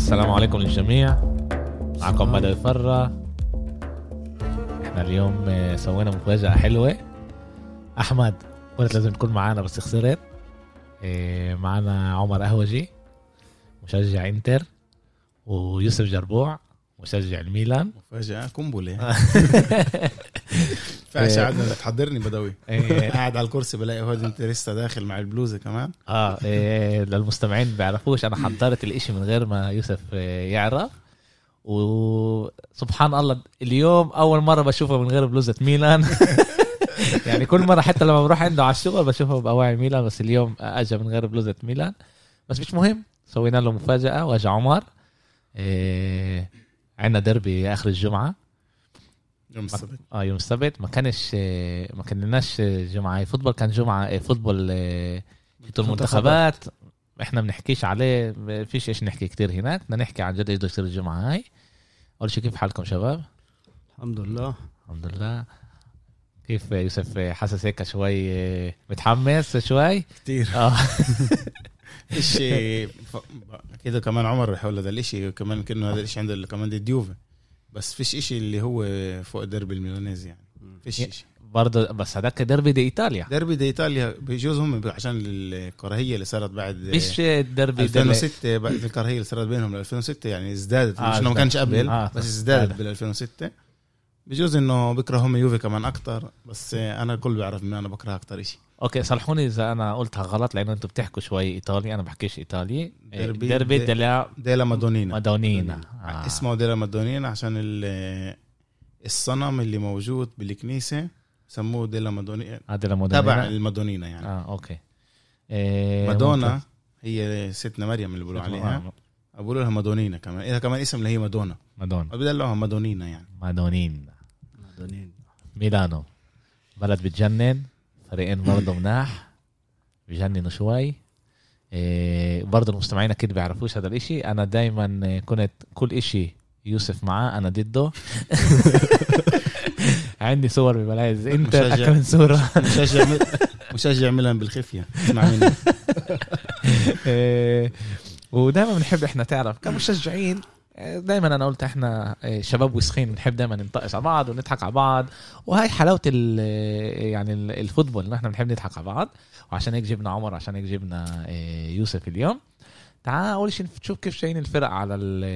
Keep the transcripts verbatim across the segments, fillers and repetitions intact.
السلام عليكم للجميع. معكم بدر فرة. احنا اليوم سوينا مفاجأة حلوة. احمد قلت لازم تكون معانا بس خسرت. معانا عمر أهوجي مشجع انتر، ويوسف جربوع مشجع الميلان. مفاجأة قنبلة. فاش قاعد تحضرني بدوي قاعد على الكرسي بلاقي هو انت لسه داخل مع البلوزة كمان. اه إيه للمستمعين بيعرفوش انا حضرت الاشي من غير ما يوسف يعرف، وسبحان الله اليوم اول مرة بشوفه من غير بلوزة ميلان. يعني كل مرة حتى لما بروح عنده على الشغل بشوفه بأواعي ميلان، بس اليوم اجى من غير بلوزة ميلان. بس مش مهم، سوينا له مفاجأة. واجى عمر. إيه عندنا ديربي اخر الجمعة يوم السبت. اه يوم السبت. ما كانش ما كناش جمعة فوتبول، كان جمعة فوتبول في المنتخبات. احنا بنحكيش عليه، فيش ايش نحكي كتير هناك. بدنا نحكي عن جد ايش بده يصير الجمعة هاي. اول شيء كيف حالكم شباب؟ الحمد لله الحمد لله. كيف يوسف حاسس هيك شوي متحمس شوي كتير؟ اه الشيء كده كمان عمر حول هذا الاشي كمان كأنه هذا الاشي عنده كمان دي ديوفي، بس فيش اشي اللي هو فوق دربي الميلانيز. يعني فيش اشي برضه، بس هذاك ديربي دي ايطاليا. دربي دي ايطاليا بيجوز هم عشان الكراهيه اللي صارت بعد مش الدربي ألفين وستة بعد الكراهيه اللي صارت بينهم ل ألفين وستة، يعني ازدادت. آه مش انه ما كانش قبل آه بس ازدادت بال ألفين وستة. بيجوز انه بكرههم يوفي كمان اكتر، بس انا الكل بيعرف ان انا بكره اكتر اشي. اوكي صلحوني اذا انا قلتها غلط، لانه انتم بتحكوا شوي ايطالي، انا بحكيش ايطالي. دربي دربي ديلا ديلا مادونينا. مادونينا آه. اسمه ديلا مادونينا عشان الصنم اللي موجود بالكنيسة سموه ديلا مادونينا. آه ديلا مادونينا تبع المادونينا يعني. اه اوكي. إيه مادونا ممكن. هي ستنا مريم اللي بيقولوا عليها، بقولوا لها مادونينا كمان. إلها كمان اسم اللي هي مادونا، مادونا بدلوها مادونينا يعني. مادونينا. مادونين. ميلانو بلد بتجنن، فريقين برضه مناح بجننوا شوي. إيه برضه المستمعين اكيد بيعرفوش هذا الاشي. انا دايما كنت كل اشي يوسف معاه انا ضده. عندي صور ببلايز انت اكمل صورة. مشجع مشجع ميلان بالخفية اسمع مني. إيه ودايما بنحب احنا تعرف كمشجعين، دايما انا قلت احنا شباب وسخين بنحب دايما ننطقش على بعض ونضحك على بعض، وهي حلاوه يعني الفوتبول ان احنا بنحب نضحك على بعض. وعشان هيك جبنا عمر، عشان هيك جبنا يوسف اليوم. تعال اول شيء نشوف كيف شايفين الفرق على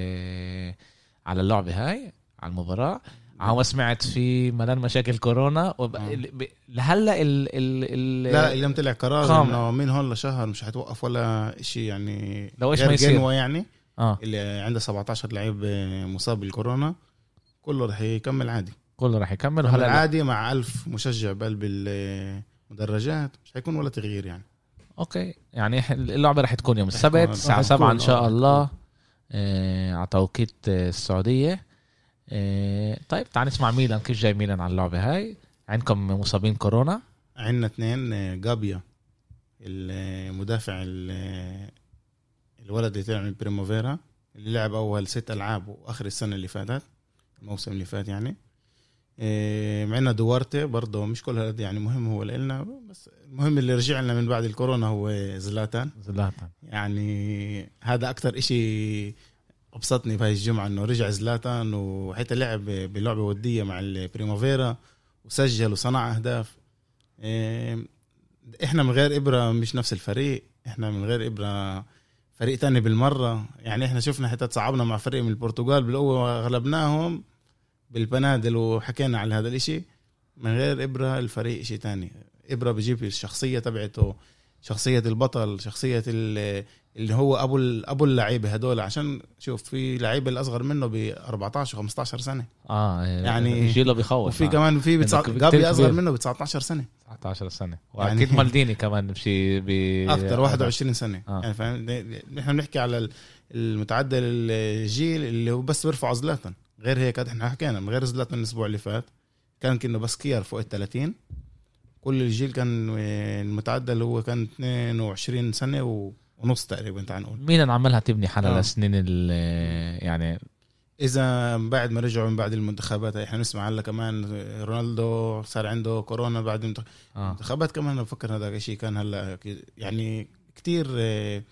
على اللعبه هاي، على المباراه. عم سمعت في ملان مشاكل كورونا وب... لهلا ال ال لا اليوم طلع قرار انه من هون لشهر مش هتوقف ولا شيء، يعني لو ايش ما يصير يعني آه. اللي عنده سبعة عشر لعيب مصاب بالكورونا كله رح يكمل عادي. كله رح يكمل وهلا عادي مع ألف مشجع بقلب المدرجات، مش هيكون ولا تغيير يعني. اوكي يعني اللعبه رح تكون يوم السبت الساعه سبعة ان شاء الله آه على توقيت السعوديه. آه طيب تعال نسمع ميلان كيف جاي ميلان على اللعبه هاي. عندكم مصابين كورونا؟ عندنا اثنين. جابيا المدافع الولد اللي طلع من بريموفيرا اللي لعب اول ست العاب واخر السنه اللي فاتت الموسم اللي فات يعني. إيه معنا دوارتي برضه مش كل هذا يعني مهم هو لنا، بس المهم اللي رجع لنا من بعد الكورونا هو زلاتان. زلاتان يعني هذا اكتر اشي ابسطني بهاي الجمعه انه رجع زلاتان، وحتى لعب بلعبه وديه مع البريموفيرا وسجل وصنع اهداف. إيه احنا من غير ابره مش نفس الفريق، احنا من غير ابره فريق تاني بالمرة. يعني احنا شفنا حتى تصعبنا مع فريق من البرتغال بالقوة غلبناهم بالبنادل وحكينا على هذا الاشي. من غير إبرة الفريق شيء تاني. إبرة بيجيب الشخصية تبعته، شخصية البطل، شخصية اللي هو أبو أبو اللعيبة هدول. عشان شوف في لعيبة الأصغر منه ب أربعتاشر خمستاشر سنة اه يعني جيله بيخوف. وفي آه. كمان في بتصع... جابي أصغر منه ب تسعتاشر سنة تسعتاشر سنة وأكيد يعني مالديني كمان بشي ب أكتر واحد وعشرين سنة. آه. يعني فاهم نحن بنحكي على المتعدل الجيل اللي هو بس بيرفع زلاتان. غير هيك احنا حكينا من غير زلاتان الأسبوع اللي فات كان كنا بس كيار فوق الثلاثين. كل الجيل كان المتعدل هو كان اثنين وعشرين سنة ونص تقريبا. تعال نقول مين عملها تبني حالها آه. لسنين يعني إذا بعد ما رجعوا من بعد المنتخبات. احنا نسمع هلا كمان رونالدو صار عنده كورونا بعد المنتخبات. آه. كمان بفكر هذا الشيء كان هلا يعني كتير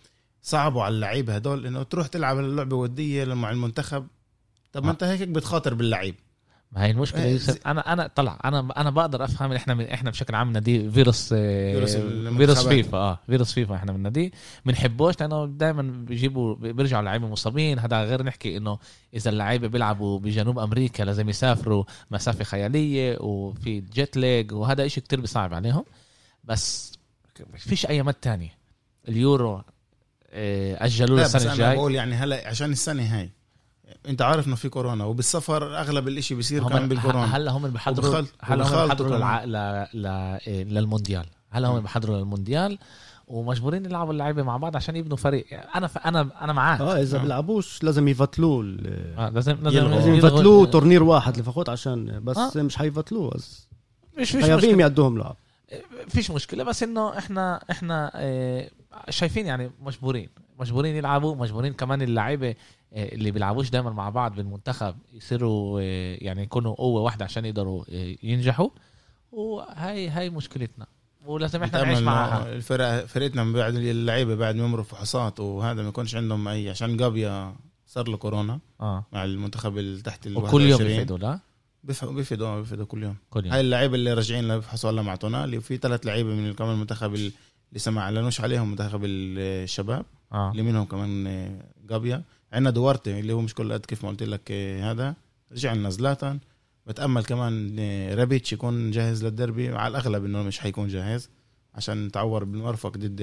صعبوا على اللعيبه هدول انه تروح تلعب اللعبه وديه مع المنتخب. طب ما انت هيك بتخاطر باللعيب. ما هي المشكله يوسف. انا انا طلع انا انا بقدر افهم ان احنا من احنا بشكل عام نادي فيروس فيروس, فيروس فيفا اه فيروس فيفا احنا من نادي بنحبوش لانه دائما بيجيبوا بيرجعوا لعيبه مصابين. هذا غير نحكي انه اذا اللعيبه بيلعبوا بجنوب امريكا لازم يسافروا مسافه خياليه وفي جيت لاج وهذا إشي كتير بيصعب عليهم. بس فيش اي مد تاني. اليورو اجلوا له السنه الجاي. بقول يعني هلا عشان السنه هاي انت عارف انه في كورونا وبالسفر اغلب الاشي بيصير كمان بالكورونا. هلا هم بيحضروا هلا هم بيحضروا للع... ل... ل... للمونديال. هلا هم بيحضروا للمونديال ومجبورين يلعبوا اللعيبه مع بعض عشان يبنوا فريق. انا ف... انا انا معاك. اه اذا بيلعبوش لازم يفتلوه ال... آه لازم لازم يفتلوه تورنير واحد لفقط عشان بس آه. مش حيفتلوه بس مش مش خايفين يقدوهم لعب. فيش مشكله بس انه احنا احنا اه شايفين يعني مجبورين مجبورين يلعبوا. مجبورين كمان اللعيبه اللي بيلعبوش دائما مع بعض بالمنتخب يصيروا يعني يكونوا قوه واحده عشان يقدروا ينجحوا. وهي هاي مشكلتنا ولازم احنا نعيش معها. الفرق فرقتنا من بعد اللعيبه بعد ما يمروا فحوصات وهذا ما يكونش عندهم اي عشان جابيا صار له كورونا آه. مع المنتخب اللي تحت ال وكل يوم بيفيدوا لا بيفيدوا بيفيدوا كل يوم, كل يوم. هاي اللعيبه اللي راجعين لبحثوا الله مع تونالي وفي ثلاث لعيبه من كمان المنتخب اللي لسه ما اعلنوش عليهم منتخب الشباب آه. اللي منهم كمان جابيا. عندنا دوارتي اللي هو مش كل قد كيف ما قلت لك هذا رجع لنا زلاتان. بتأمل كمان رابيتش يكون جاهز للدربي. على الأغلب إنه مش حيكون جاهز عشان تعور بالمرفق ضد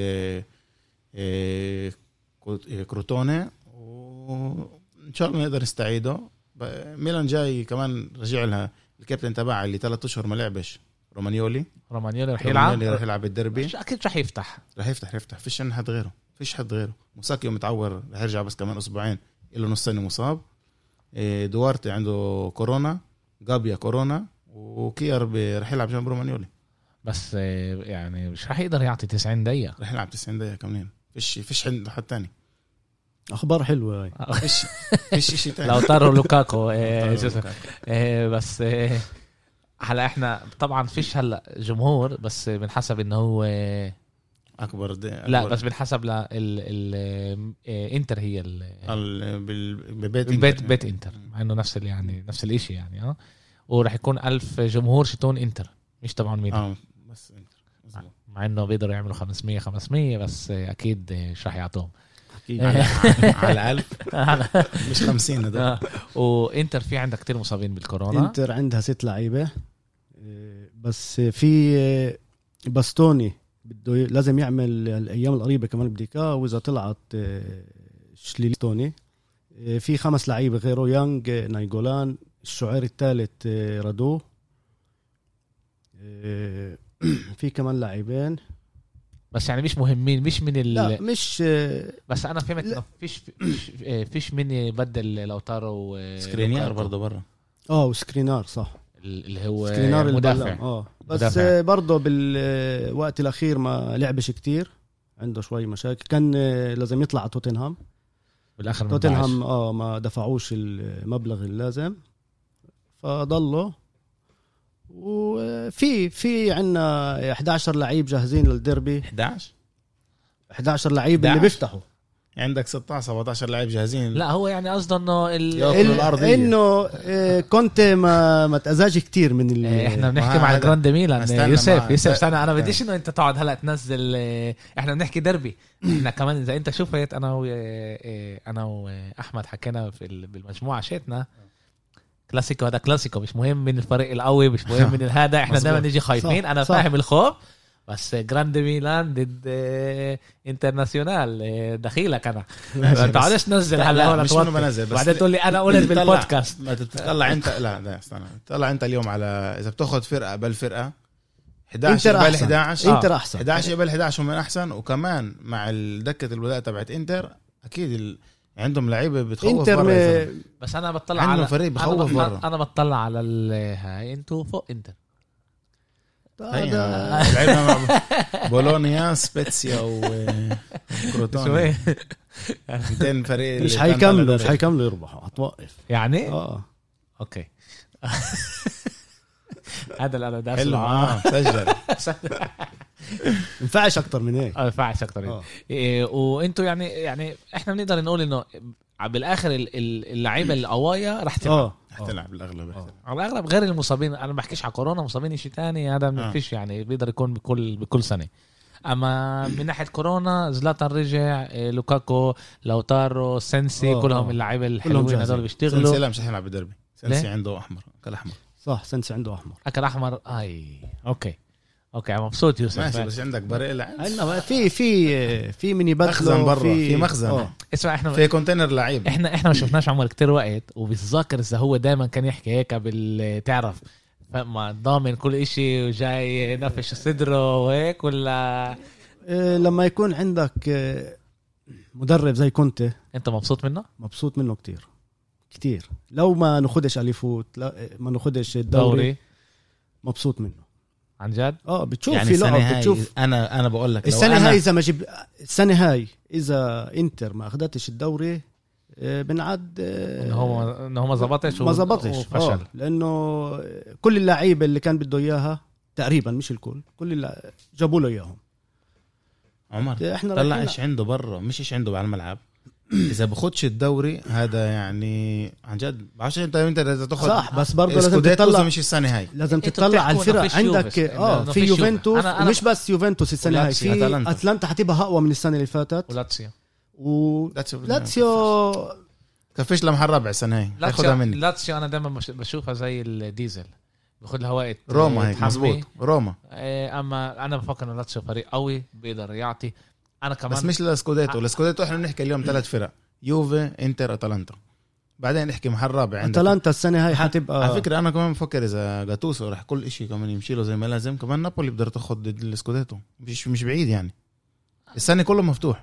كروتوني وإن شاء الله نقدر نستعيده. ميلان جاي كمان رجع لها الكابتن تبعها اللي ثلاثة أشهر ما لعبش رومانيولي. رومانيولي رح يلعب رح يلعب الدربي أكيد رح يفتح رح يفتح يفتح فيش عن حد غيره فيش حد غيره. موساكيو متعور رح يرجع بس كمان أسبوعين إله نص سنة مصاب. دوارتي عنده كورونا. جابيا كورونا وكير رح يلعب جنب رومانيولي بس يعني مش رح يقدر يعطي تسعين دقيقة. رح يلعب تسعين دقيقة كمان. فيش فيش حد تاني. أخبار حلوة هاي. فيش فيش شيء تاني. لو طاروا لوكاكو إيه بس إيه هلا احنا طبعا فيش هلا جمهور بس بنحسب انه هو اكبر, أكبر لا بس بنحسب ل ال انتر هي بالبيت البيت بيت انتر مع انه نفس يعني نفس الاشي يعني اه وراح يكون ألف جمهور شتون انتر مش طبعا ميلان اه بس انتر مع انه بيقدروا يعملوا خمسمية خمسمية بس اكيد مش راح يعطوهم على على ألف مش خمسين هذول. وانتر في عندك كتير مصابين بالكورونا. انتر عندها ست لعيبه بس في باستوني بده لازم يعمل الايام القريبه كمان بديكا واذا طلعت شليلتوني في خمس لعيبه غيره يانج نايجولان الشعير الثالث رادو في كمان لاعبين بس يعني مش مهمين مش من ال لا مش بس انا فهمت انه فيش فيش, فيش من يبدل لوتارو سكرينيار برضه برا اه وسكرينار صح اللي هو سكرينار مدافع اه بس برضه بالوقت الاخير ما لعبش كتير عنده شوي مشاكل كان لازم يطلع توتنهام بالاخر توتنهام اه ما دفعوش المبلغ اللازم فضلوا. وفي في عنا إحدى عشر لعيب جاهزين للدربي. إحدى عشر إحدى عشر لعيب اللي بيفتحوا عندك ستة عشر سبعة عشر لاعب جاهزين. لا هو يعني قصده انه ال... انه كنت ما ما تأذاش كتير من ال... احنا بنحكي مع الجراند ميلان. يوسف يوسف استنى انا بديش انه انت تقعد هلا تنزل. احنا بنحكي دربي. احنا كمان اذا انت شوفت انا و... انا واحمد حكينا في بالمجموعه شيتنا كلاسيكو. هذا كلاسيكو مش مهم من الفريق القوي مش مهم من هذا. احنا دائما نيجي خايفين. انا صح. فاهم الخوف بس جراند ميلان ضد انترناسيونال دخيلك انا ما تعالش نزل هلا مش انه بنزل بس بعدين تقول لي انا قلت بالبودكاست ما تطلع انت لا لا استنى طلع انت اليوم على اذا بتاخذ فرقه قبل فرقه إحدى عشر قبل إحدى عشر انتر احسن إحدى عشر قبل إحدى عشر من احسن. وكمان مع الدكه البدايه تبعت انتر اكيد ال... عندهم لعيبه بتخوف برا م... بس انا بطلع على فريق بخوف انا, برا. أنا بطلع على هاي انتوا فوق انتر لعبنا مع بولونيا سبيتسيا وكروتوني اثنين فريق مش هيكملوا مش هيكملوا يربحوا هتوقف يعني اه اوكي هذا اللي انا داس حلو اه سجل ينفعش اكتر من هيك. اه ينفعش اكتر آه. إيه وانتوا يعني يعني احنا بنقدر نقول انه بالاخر ال- ال- اللعيبه القوايا راح تلعب اه هتلعب الاغلب آه. على الاغلب غير المصابين. انا ما بحكيش على كورونا، مصابين شيء تاني هذا ما آه. فيش يعني بيقدر يكون بكل بكل سنه. اما من ناحيه كورونا زلاتان رجع، إيه لوكاكو، لوتارو، سنسي، آه، كلهم آه. اللعيبه كلهم الحلوين جاهزين. هذول سنسي بيشتغلوا. لا مش هيلعب بالدربي. سنسي ليه؟ عنده احمر كل احمر صح سنسي عنده احمر. اكل احمر. اي اوكي اوكي مبسوط يوسف. ماشي بس عندك بريلا عندنا في في في ميني مخزن بدلو برا في مخزن آه. اسمع احنا في كونتينر لعيب. احنا احنا ما شفناش عمر كتير وقت، وبتذكر اذا هو دائما كان يحكي هيك بالتعرف ما ضامن كل اشي وجاي نفش صدره وهيك ولا إيه لما يكون عندك إيه مدرب زي كونتي انت مبسوط منه؟ مبسوط منه كتير كتير. لو ما ناخدش أليفوت لا ما ناخدش الدوري دوري مبسوط منه عن جد. اه بتشوف يعني في السنة لعب هاي بتشوف انا انا بقول لك السنه هاي اذا ما جب السنه هاي اذا انتر ما اخدتش الدوري إيه بنعد إيه انه هو انه هو ما زبطش ما زبطش وفشل. آه لانه كل اللعيبه اللي كان بده اياها تقريبا مش الكل كل اللي جابوا له اياهم. عمر احنا طلع رايحين- ايش عنده برا مش ايش عنده على الملعب. اذا بخدش الدوري هذا يعني عن جد بعرفش انت انت اذا تاخذ صح بس برضه لازم سكوديتو تطلع مش السنه هاي. لازم انتوا تطلع على بتحكوا إنه الفرق فيش عندك يوفنتوس، اه إنه في فيش يوفنتوس يوفنتوس. أنا- أنا- ومش بس يوفنتوس السنه هاي ولاتسيو، في أتلانتا. اتلانتا حتبقى اقوى من السنه اللي فاتت ولاتسيو لاتسيو ولاتسيو كفيش لمحل رابع السنه هاي ياخذها لاتسيو مني. لاتسيو انا دايما بش- بشوفها زي الديزل بياخد لها وقت روما هيك تحمي. مزبوط روما إيه، اما انا بفكر انه لاتسيو فريق قوي بيقدر يعطي. انا كمان بس مش لسكوديتو آه. لسكوديتو احنا بنحكي اليوم ثلاث فرق يوفي انتر اتلانتا بعدين نحكي محل رابع عندك. اتلانتا السنه هاي حتبقى على فكره انا كمان بفكر اذا جاتوسو راح كل إشي كمان يمشي له زي ما لازم كمان نابولي بقدر تاخذ السكوديتو مش مش بعيد يعني. السنه كله مفتوح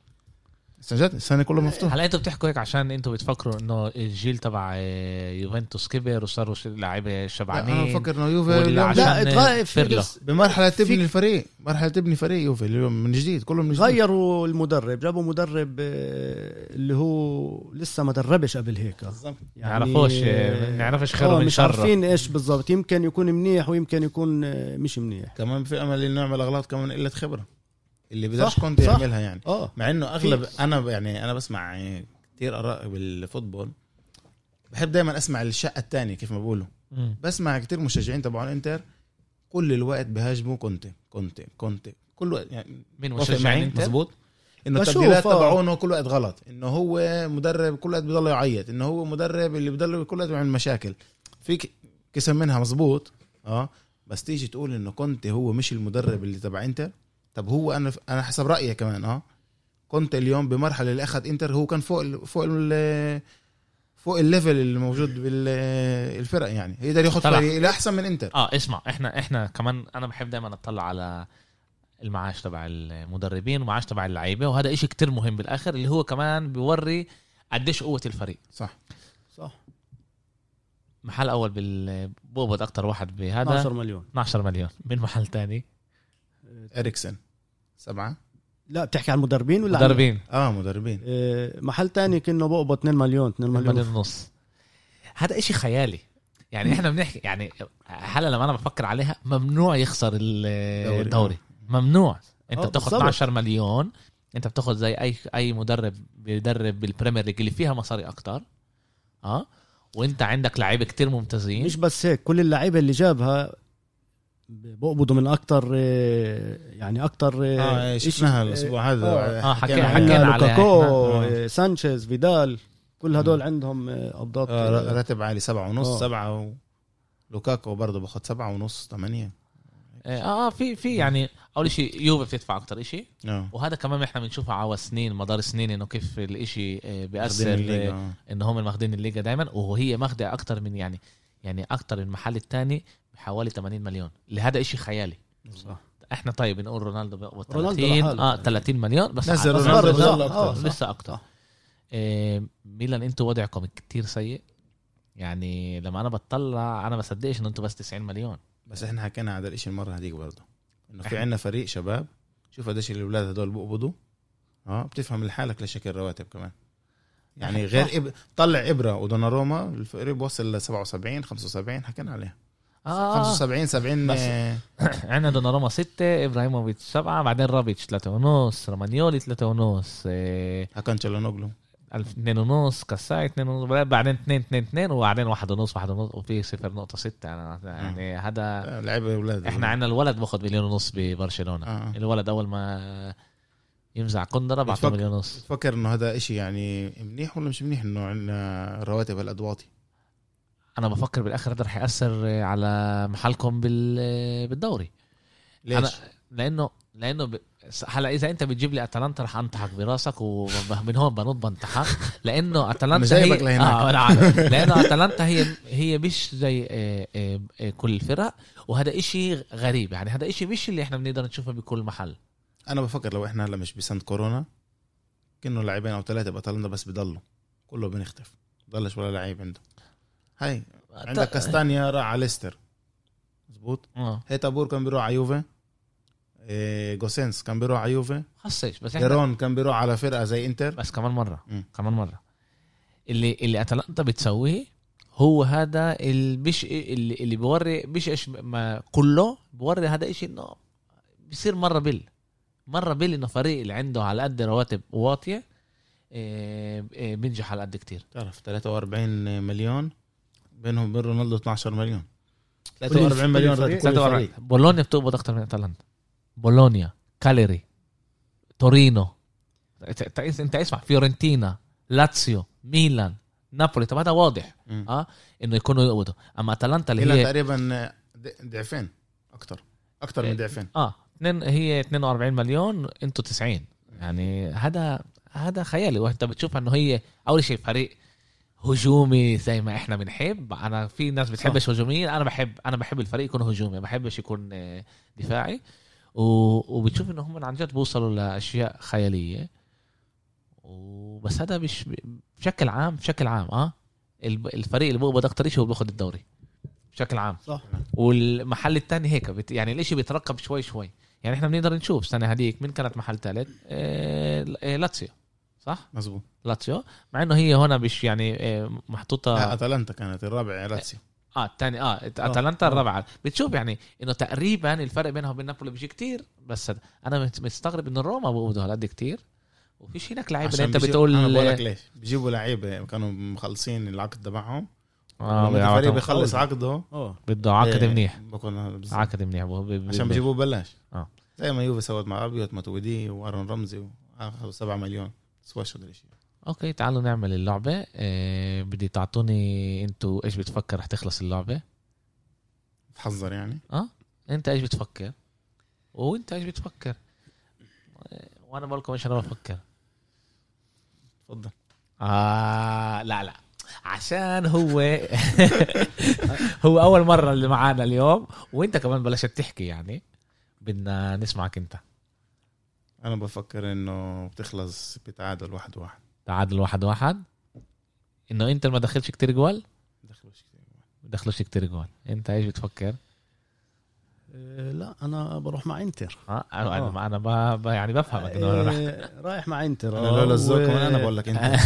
السنه السنه كله مفتوح. هلا انتوا بتحكوا هيك عشان انتوا بتفكروا انه الجيل تبع آه، يوفنتوس كبر وصاروا ش- لعيبه انا شبعانين بفكر انه يوفي ولا اليوم عشان لا اتغير فيرلو. في بمرحله تبني في- الفريق مرحله تبني فريق يوفي اليوم من جديد كله من جديد. غيروا المدرب جابوا مدرب آه، اللي هو لسه ما دربش قبل هيك بالضبط. يعني نعرفوش آه، نعرفش خيره آه من مش شره. عارفين ايش بالضبط يمكن يكون منيح ويمكن يكون آه، مش منيح كمان في امل انه نعمل اغلاط كمان قله خبره اللي بدرش صح، كنت صح. يعملها يعني. اه مع انه اغلب انا يعني انا بسمع كتير اراء بالفوتبول بحب دايما اسمع الشقه الثانيه كيف ما بقولوا. مم. بسمع كتير مشجعين تبعون الانتر كل الوقت بهاجموا كونتي كونتي كونتي كل وقت يعني مين وافق مشجعين معي انت؟ مزبوط انه بشوف، التبديلات آه. تبعونه كل وقت غلط انه هو مدرب كل وقت بيضل يعيط انه هو مدرب اللي بيضل كل وقت يعمل مشاكل فيك كسم منها مزبوط اه بس تيجي تقول انه كونتي هو مش المدرب اللي تبع انتر. طب هو انا انا حسب رايي كمان اه كنت اليوم بمرحله اللي اخذ انتر هو كان فوق ال فوق ال فوق الليفل اللي موجود بالفرق يعني يقدر ياخذ طلع. فريق الى احسن من انتر. اه اسمع احنا احنا كمان انا بحب دايما اطلع على المعاش تبع المدربين ومعاش تبع اللعيبه، وهذا إشي كتير مهم بالاخر اللي هو كمان بيوري قديش قوه الفريق. صح صح محل اول بال بقبض اكتر واحد بهذا اثناشر مليون اثنا عشر مليون. من محل تاني اريكسن سبعة لا بتحكي عن مدربين ولا عن- مدربين اه مدربين آه، محل تاني كنا بقبض اثنين مليون اثنين مليون مليون ونص. هذا إشي خيالي يعني. احنا بنحكي يعني هلا لما انا بفكر عليها ممنوع يخسر ال- الدوري ممنوع. انت آه، بتاخذ بالضبط. اثنا عشر مليون انت بتاخذ زي اي اي مدرب بيدرب بالبريمير ليج اللي فيها مصاري اكتر اه وانت عندك لعيبه كتير ممتازين. مش بس هيك كل اللعيبه اللي جابها بقبضوا من اكتر آه، يعني اكتر اه شفناها الاسبوع هذا آه، حكينا- عنها. حكينا عندنا عليها لوكاكو إحنا. آه، سانشيز فيدال كل هدول عندهم آه، قبضات آه آه، راتب عالي سبعة ونص آه. سبعة و... لوكاكو برضه باخد سبعة ونص ثمانية. اه في في يعني اول شيء يوفي بتدفع اكتر شيء، اه وهذا كمان احنا بنشوفه على سنين مدار سنين انه كيف الاشي آه، واخدين بيأثر الليجا، آه، آه. ان هم ماخدين الليجا دائما، وهي ماخده اكتر من يعني يعني اكتر من المحل الثاني بحوالي ثمانين مليون اللي هذا اشي خيالي. صح. احنا طيب نقول رونالدو بيقبض رونالدو ثلاثين لحاله. اه ثلاثين مليون بس نزل بس رونالدو برضه ضل آه، أكتر. لسه اكتر. صح. آه ميلان انتوا وضعكم كتير سيء يعني. لما انا بطلع انا بصدقش انه انتوا بس تسعين مليون. بس احنا حكينا على الاشي المره هذيك برضه انه في إحنا- عندنا فريق شباب شوف قديش الاولاد هدول بقبضوا اه بتفهم لحالك لشكل رواتب كمان يعني غير إب... طلع ابره ودوناروما الفريق بوصل ل سبعة وسبعين خمسة وسبعين حكينا عليها. آه. خمسة وسبعين سبعين بس. آه، عندنا دوناروما ستة، إبراهيموفيتش سبعة، بعدين رابيتش ثلاثة ونص، رومانيولي ثلاثة ونص، إيه هكان تشالونوغلو ألف اثنين ونص، كاساي اثنين ونص، بعدين اثنين اثنين اثنين، وبعدين واحد ونص واحد ونص، وفي صفر نقطة ستة. أنا يعني هذا لعيبه اولاد. احنا عندنا الولد باخد مليون ونص ببرشلونة. آه. الولد اول ما يمزع كندرة بعطيه بتفكر- مليون ونص. بتفكر انه هذا اشي يعني منيح ولا مش منيح انه عندنا رواتب الادواطي؟ انا بفكر بالاخر هذا رح ياثر على محلكم بال بالدوري. ليش؟ أنا لانه لانه ب... هلا اذا انت بتجيب لي اتلانتا رح انطحك براسك، ومن هون بنط بنطحك لانه أنا اتلانتا جايبك هي لهناك. اه انا عارف لانه اتلانتا هي هي مش زي آه، آه، آه، كل الفرق، وهذا إشي غريب. يعني هذا إشي مش اللي احنا بنقدر نشوفه بكل محل. انا بفكر لو احنا هلا مش بسنة كورونا كأنه لاعبين او ثلاثه باتلانتا بس بضلوا كله بنختف، ضلش ولا لعيب عنده. هاي عندك كاستانيا راح على ليستر مزبوط، اه هيتا بور كان بيروح على يوفي، إيه جوسينس كان بيروح على يوفي، خصيش بس احنا ديرون كان بيروح على فرقه زي انتر. بس كمان مرة مم. كمان مرة اللي اللي اتلانتا بتسويه هو هذا اللي مش اللي, اللي بوري مش إيش ما كله بوري هذا إشي انه بيصير مرة بال مرة بال انه فريق اللي عنده على قد رواتب واطية إيه إيه بينجح على قد كتير. تعرف ثلاثة وأربعين مليون بينهم وبين رونالدو اثنا عشر مليون، ثلاثة وأربعين مليون كل راتب. ثلاثة وأربعين. بولونيا بتقبض اكتر من اتلانتا. بولونيا، كاليري، تورينو، انت انت اسمع، فيورنتينا، لاتسيو، ميلان، نابولي. طب هذا واضح مم. اه انه يكونوا يقبضوا. اما اتلانتا اللي هي هي تقريبا ضعفين اكتر اكتر من ضعفين. اه اثنين هي اثنين وأربعين مليون، انتوا تسعين. يعني هذا هذا خيالي. وانت بتشوف انه هي اول شيء فريق هجومي زي ما احنا بنحب. انا في ناس بتحبش هجوميين، انا بحب انا بحب الفريق يكون هجومي، ما بحبش يكون آه، دفاعي. و- وبتشوف انه هم عن جد بوصلوا لاشياء خياليه. وبس هذا مش بشكل عام بشكل عام اه الب- الفريق اللي بيقبض اكتر شيء هو بياخد الدوري بشكل عام. صح. والمحل الثاني هيك بت... يعني الاشي بيترقب شوي شوي. يعني احنا بنقدر نشوف السنه هذيك مين كانت محل ثالث. إيه... لاتسيو صح مزبوط. لاتسيو، مع انه هي هنا مش يعني إيه محطوطه. لا اتلانتا كانت الرابع لاتسيو. اه الثاني اه اتلانتا الرابعه. بتشوف يعني انه تقريبا الفرق بينها وبين نابولي بيجي كتير. بس انا مت- مستغرب انه روما بيقبضوا هالقد كتير وفيش هناك لعيبه اللي عشان انت بيجيب- بتقول انا بقول لك ليش بيجيبوا لعيبه كانوا مخلصين العقد تبعهم. اه لما الفريق بيعطوا- بيخلص عقده اه بده عقد إيه، منيح بكون هذا بالظبط. عقد منيح بو- بي- بي- عشان بيجيبوه ببلاش. آه. زي ما يوفي سوت مع ابيوت ماتويدي وارون رمزي واخذوا سبعة مليون سواش هذا الشيء. اوكي تعالوا نعمل اللعبة. إيه بدي تعطوني انتوا ايش بتفكر رح تخلص اللعبة. تحذر يعني. اه انت ايش بتفكر وانت ايش بتفكر إيه، وانا بقول لكم ايش انا بفكر. تفضل. آه لا لا عشان هو هو اول مرة اللي معانا اليوم وانت كمان بلشت تحكي. يعني بدنا نسمعك انت. انا بفكر انه بتخلص بتعادل واحد واحد. تعادل واحد واحد. انه انت ما دخلش كتير جوال. دخلوش كتير. دخلوش كتير جوال. انت ايش بتفكر. إيه، لا انا بروح مع انتر. اه انا آه. انا ب... ب... يعني بفهمك انه رح... إيه، رايح مع انتر. انا آه، لولا الذوق و- كمان انا بقول لك انت.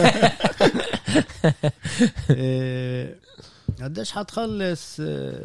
إيه، قديش حتخلص. إيه،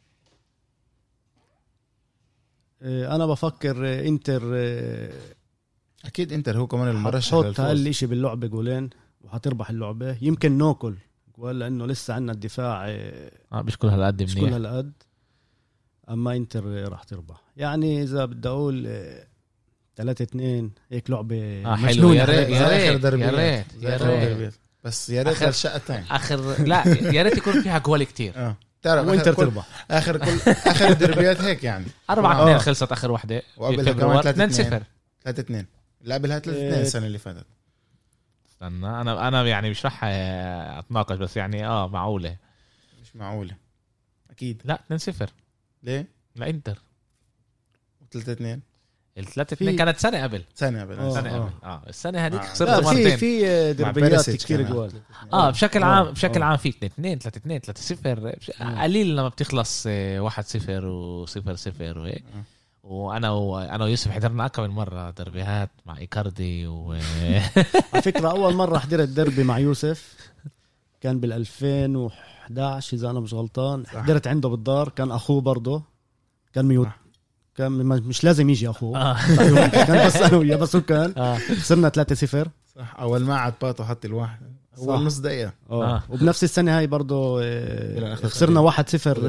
إيه، انا بفكر إيه، انتر إيه، اكيد انتر هو كمان المرشح حتحط للفوز. اقل شيء باللعبه جولين وحتربح اللعبه. يمكن ناكل جول لانه لسه عندنا الدفاع إيه، اه مش كل هالقد مش كل منيح. هالقد. اما انتر إيه، راح تربح. يعني اذا بدي اقول إيه، ثلاثة اثنين هيك لعبه اه حلو مجنونة. يا ريت زي يا آخر ريت دربيات. يا ريت زي يا آخر ريت دربيات. بس يا ريت آخر- الشقه الثانيه. اخر لا يا ريت يكون فيها جوال كتير. اه تعرف وانتر آخر كل- تربح. اخر كل اخر الدربيات هيك يعني. أربعة آه. اثنين خلصت اخر واحدة. وقبلها كمان فبراير ثلاثة اثنين صفر. ثلاثة اثنين لا قبلها ثلاثة اثنين إيه. السنه اللي فاتت. استنى انا انا يعني مش رح آه، اتناقش بس يعني اه معقولة. مش معقوله اكيد. لا اثنين صفر ليه لا انتر. ثلاثة اثنين الثلاثة في- اثنين كانت سنة قبل. سنه قبل آه. سنة قبل اه السنة هذيك آه. خسرت لا في مرتين. في مع دربيات بيريسيتش كثير كمان. جوال. اه بشكل آه. عام بشكل آه. عام في اثنين اثنين ثلاثة اثنين ثلاثة صفر قليل لما بتخلص آه، واحد صفر وصفر صفر وهيك. آه. وانا وانا ويوسف حضرنا اكثر من مره دربيات مع ايكاردي و على فكره اول مره حضرت دربي مع يوسف كان بال ألفين وإحدى عشر اذا انا مش غلطان. حضرت عنده بالدار، كان اخوه برضه كان ميوت صح. كان مش لازم يجي اخوه آه. كان بس انا وياه بس هو كان آه. خسرنا ثلاثة صفر. صح. اول ما عاد باتو حط الواحد اول نص دقيقه. اه آه. وبنفس السنه هاي برضه آه، خسرنا واحد صفر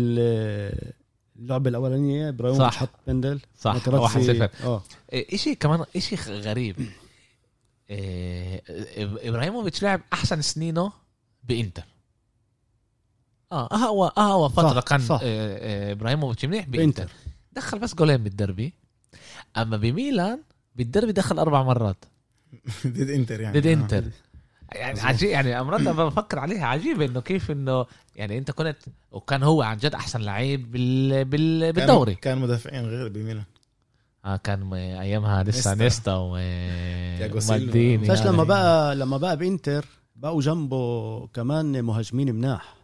باللعبه الاولانيه. ابراهيم صح. حط بندل صح ماتراتسي. واحد صفر. اه إيه، إشي كمان إشي غريب. إيه، إبراهيموفيتش لعب أحسن سنينه بإنتر. اه هو هو فتره صح. كان صح. آه، آه، ابراهيموفيتش منيح بإنتر. بإنتر، دخل بس جولين بالدربي. اما بميلان بالدربي دخل اربع مرات ضد انتر يعني ضد انتر. يعني عجيب، يعني امرات بفكر عليها عجيبه انه كيف انه يعني انت كنت، وكان هو عن جد احسن لعيب بال... بال... بالدوري. كان مدافعين غير بميلان. اه كان ايامها لسه نيستا. نيستا ومالديني. فاش لما بقى لما بقى بإنتر بقوا جنبه كمان مهاجمين مناح.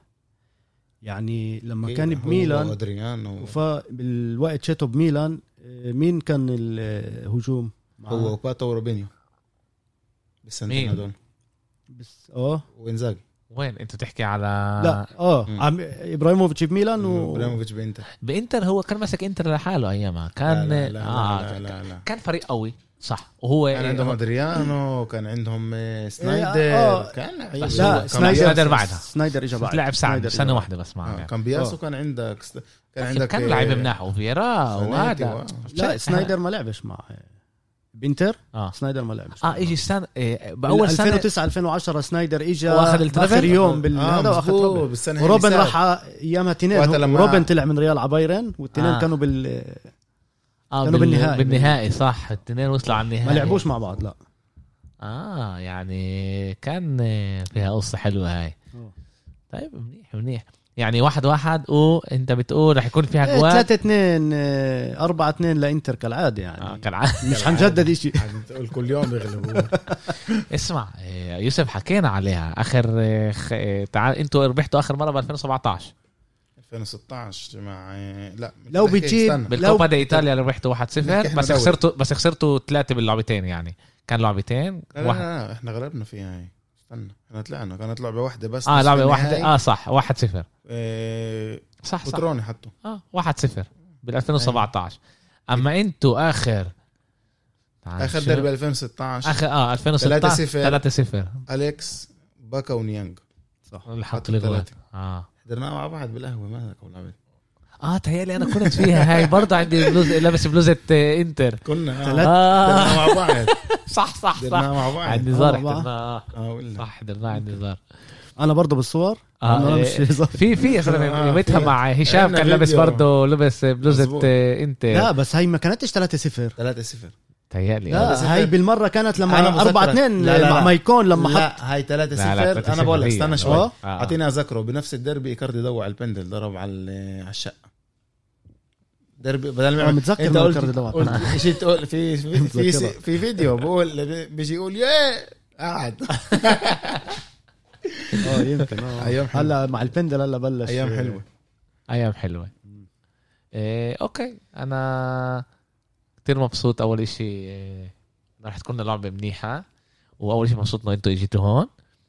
يعني لما كان بميلان وادريانو بالوقت شاتو بميلان مين كان الهجوم؟ هو وباتو وروبينيو بالسنتين هذول بس اه وإنزاغي. وين انت تحكي على؟ لا اه عم ابراهيموفيتش بميلان و... ابراهيموفيتش بإنتر. بإنتر هو كان ماسك انتر لحاله ايامها. كان لا لا لا, آه لا, لا, لا. كان فريق قوي صح. وهو كان عندهم هو... ادريانو، كان عندهم سنايدر. آه. كان لا سنايدر بعدها سنايدر اجى بعد لعب سنه سنه واحده بس معه. آه. كان بياسو كان عندك كان عندك كان لعيبه مناح وفيرا وهذا. لا سنايدر ما لعبش مع بإنتر. اه سنايدر ما لعبش. اه اجي السنه إيه باول سنه ألفين وتسعة ألفين وعشرة سنايدر اجى واخذ اخر يوم بالهذا آه واخذ بالسنه وروبن راح ايامها تنين. روبن طلع من ريال عبايرن والتنين آه. كانوا بال آه كانوا بال... بالنهائي بالنهائي صح. الاثنين وصلوا على النهائي ما لعبوش مع بعض. لا اه يعني كان فيها قصه حلوه هاي. أوه. طيب منيح منيح. يعني واحد واحد وانت بتقول رح يكون فيها جوال ثلاثة اثنين أربعة اثنين لإنتر كالعادة يعني. آه كالعادة. مش حنجدد شيء. تقول كل يوم يغلبوا. اسمع يوسف حكينا عليها اخر تعال انتوا ربحتوا اخر مره ب ألفين وسبعتاشر ألفين وستة عشر مع لا لو بتجيب بالكوبا دي ايطاليا ربحتوا واحد صفر بس خسرتوا بس خسرتوا ثلاثه باللعبتين. يعني كان لعبتين لا, لا, لا احنا غلبنا فيها هاي. استنى احنا طلعنا كانت لعبه واحده بس. اه لعبه واحده اه صح واحد صفر إيه صح صح بتروني حطه اه واحد صفر بال ألفين وسبعتاشر. اما انتوا اخر اخر درب ألفين وستة عشر اخر اه ألفين وستة ثلاثة صفر اليكس باكا ونيانج صح اللي حط لي اه حضرناها مع بعض بالقهوه ما لعبت. اه تهيألي انا كنت فيها هاي برضه عندي بلوز لابس بلوزه انتر كنا ثلاث آه. مع بعض. صح صح صح مع بعض عندي زار آه، حضرناه اه صح حضرناه عندي زار. انا برضه بالصور آه أنا مش إيه في في اصلا يومتها مع هشام كان لابس برضه لبس بلوزه انتر. لا بس هاي ما كانتش ثلاثة صفر. ثلاثة صفر تهيألي لا هاي بالمرة كانت لما أربعة اثنين لا لا مع لا. مايكون لما حط. لا هاي ثلاثة لا لا صفر. انا بقول لك استنى شوي آه. اعطيني اذكره بنفس الدربي ايكاردي ضوع البندل ضرب على على الشقه دربي بدل ما أنا متذكر انت قلت إيكاردي ضوع. قلت شيء تقول في في في, في فيديو بقول بيجي يقول يا قاعد اه يمكن اه ايام حلوة. هلا مع البندل هلا بلش ايام حلوه ايام حلوه. إيه اوكي انا كتير مبسوط. اول اشي إيه رح تكون لعبه منيحه، واول شيء مبسوط انه انتوا اجيتوا هون.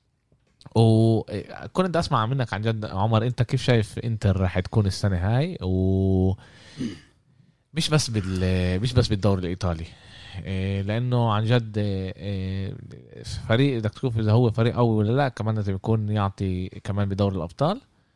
وكنت بدي اسمع منك عن جد عمر، انت كيف شايف انتر رح تكون السنه هاي؟ و مش بس بال مش بس بالدوري الايطالي، لانه عن جد فريق بدك تشوف اذا هو فريق قوي ولا لا، كمان لازم يكون يعطي كمان بدوري الابطال.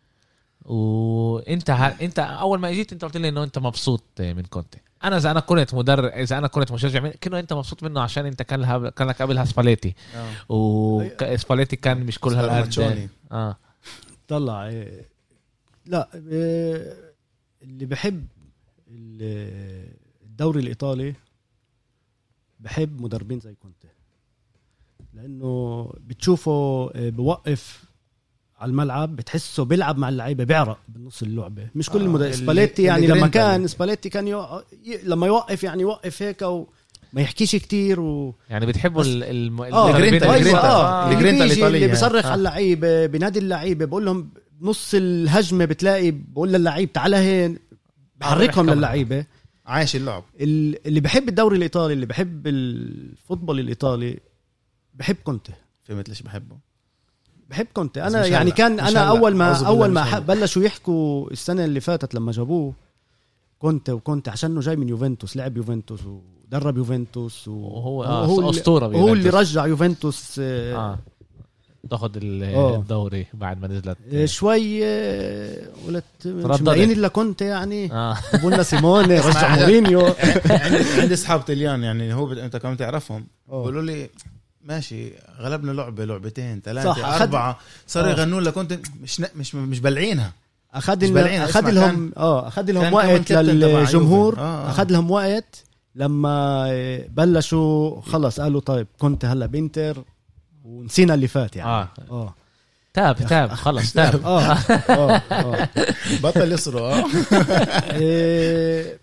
وانت ه... انت اول ما اجيت انت قلت لي انه انت مبسوط من كونتي. انا اذا انا كنت مدرب، اذا انا كنت مشجع من... كنه انت مبسوط منه عشان انت كان لها... كان لك قبلها سباليتي آه. وسباليتي كان مش كل هالقد اه طلع إيه. لا إيه. اللي بحب الدوري الايطالي بحب مدربين زي كونتي، لانه بتشوفه بوقف على الملعب، بتحسه بيلعب مع اللعيبه، بيعرق بالنص اللعبه. مش كل آه المدرب سباليتي يعني لما كان سباليتي كان يو... ي... لما يوقف يعني يوقف هيك وما يحكيش كتير و... يعني بتحبوا ال الم... اه الجرينتا الجرينتا الجرينتا الايطاليه اللي بيصرخ آه. على اللعيبه، بنادي اللعيبه، بقول لهم نص الهجمه بتلاقي بقول للعيب تعال هين، بحركهم للعيبه. عايش اللعب. اللي بحب الدوري الايطالي، اللي بحب الفوتبول الايطالي، بحب كونتي. فهمت ليش بحبه؟ بحب كونتي بس انا مش يعني هلأ. كان مش انا هلأ. اول ما أعوذ بالله اول مش ما هلأ. ح- بلشوا يحكوا السنه اللي فاتت لما جابوه كونتي وكونتي عشانه جاي من يوفنتوس، لعب يوفنتوس ودرب يوفنتوس وهو هو آه اسطوره اللي هو اللي بيوفنتوس. رجع يوفنتوس آه. اه تاخد ال- آه. الدوري بعد ما نزلت آه، شوي آه، قلت مش ترددت. ملاقيين الا كنت يعني اه قلنا سيموني رجع اسمع، مورينيو عندي عندي اصحاب طليان يعني هو بت... انت كمان تعرفهم آه. بيقولوا لي ماشي غلبنا لعبه لعبتين صح، ثلاثه أخد- اربعه صاروا آه. يغنوا لك كنت مش ن... مش مش بلعينها اخذ مش لنا بلعين. اخذ اسمع، لهم اه اخذ لهم كان كمان وقت كابتن تبع للجمهور يوفي. آه، آه. اخذ لهم وقت لما آه، بلشوا خلص قالوا طيب كنت هلا بنتر ونسينا اللي فات يعني اه اه تاب تاب خلص تاب اه اه اه بطل يصروا اه إيه،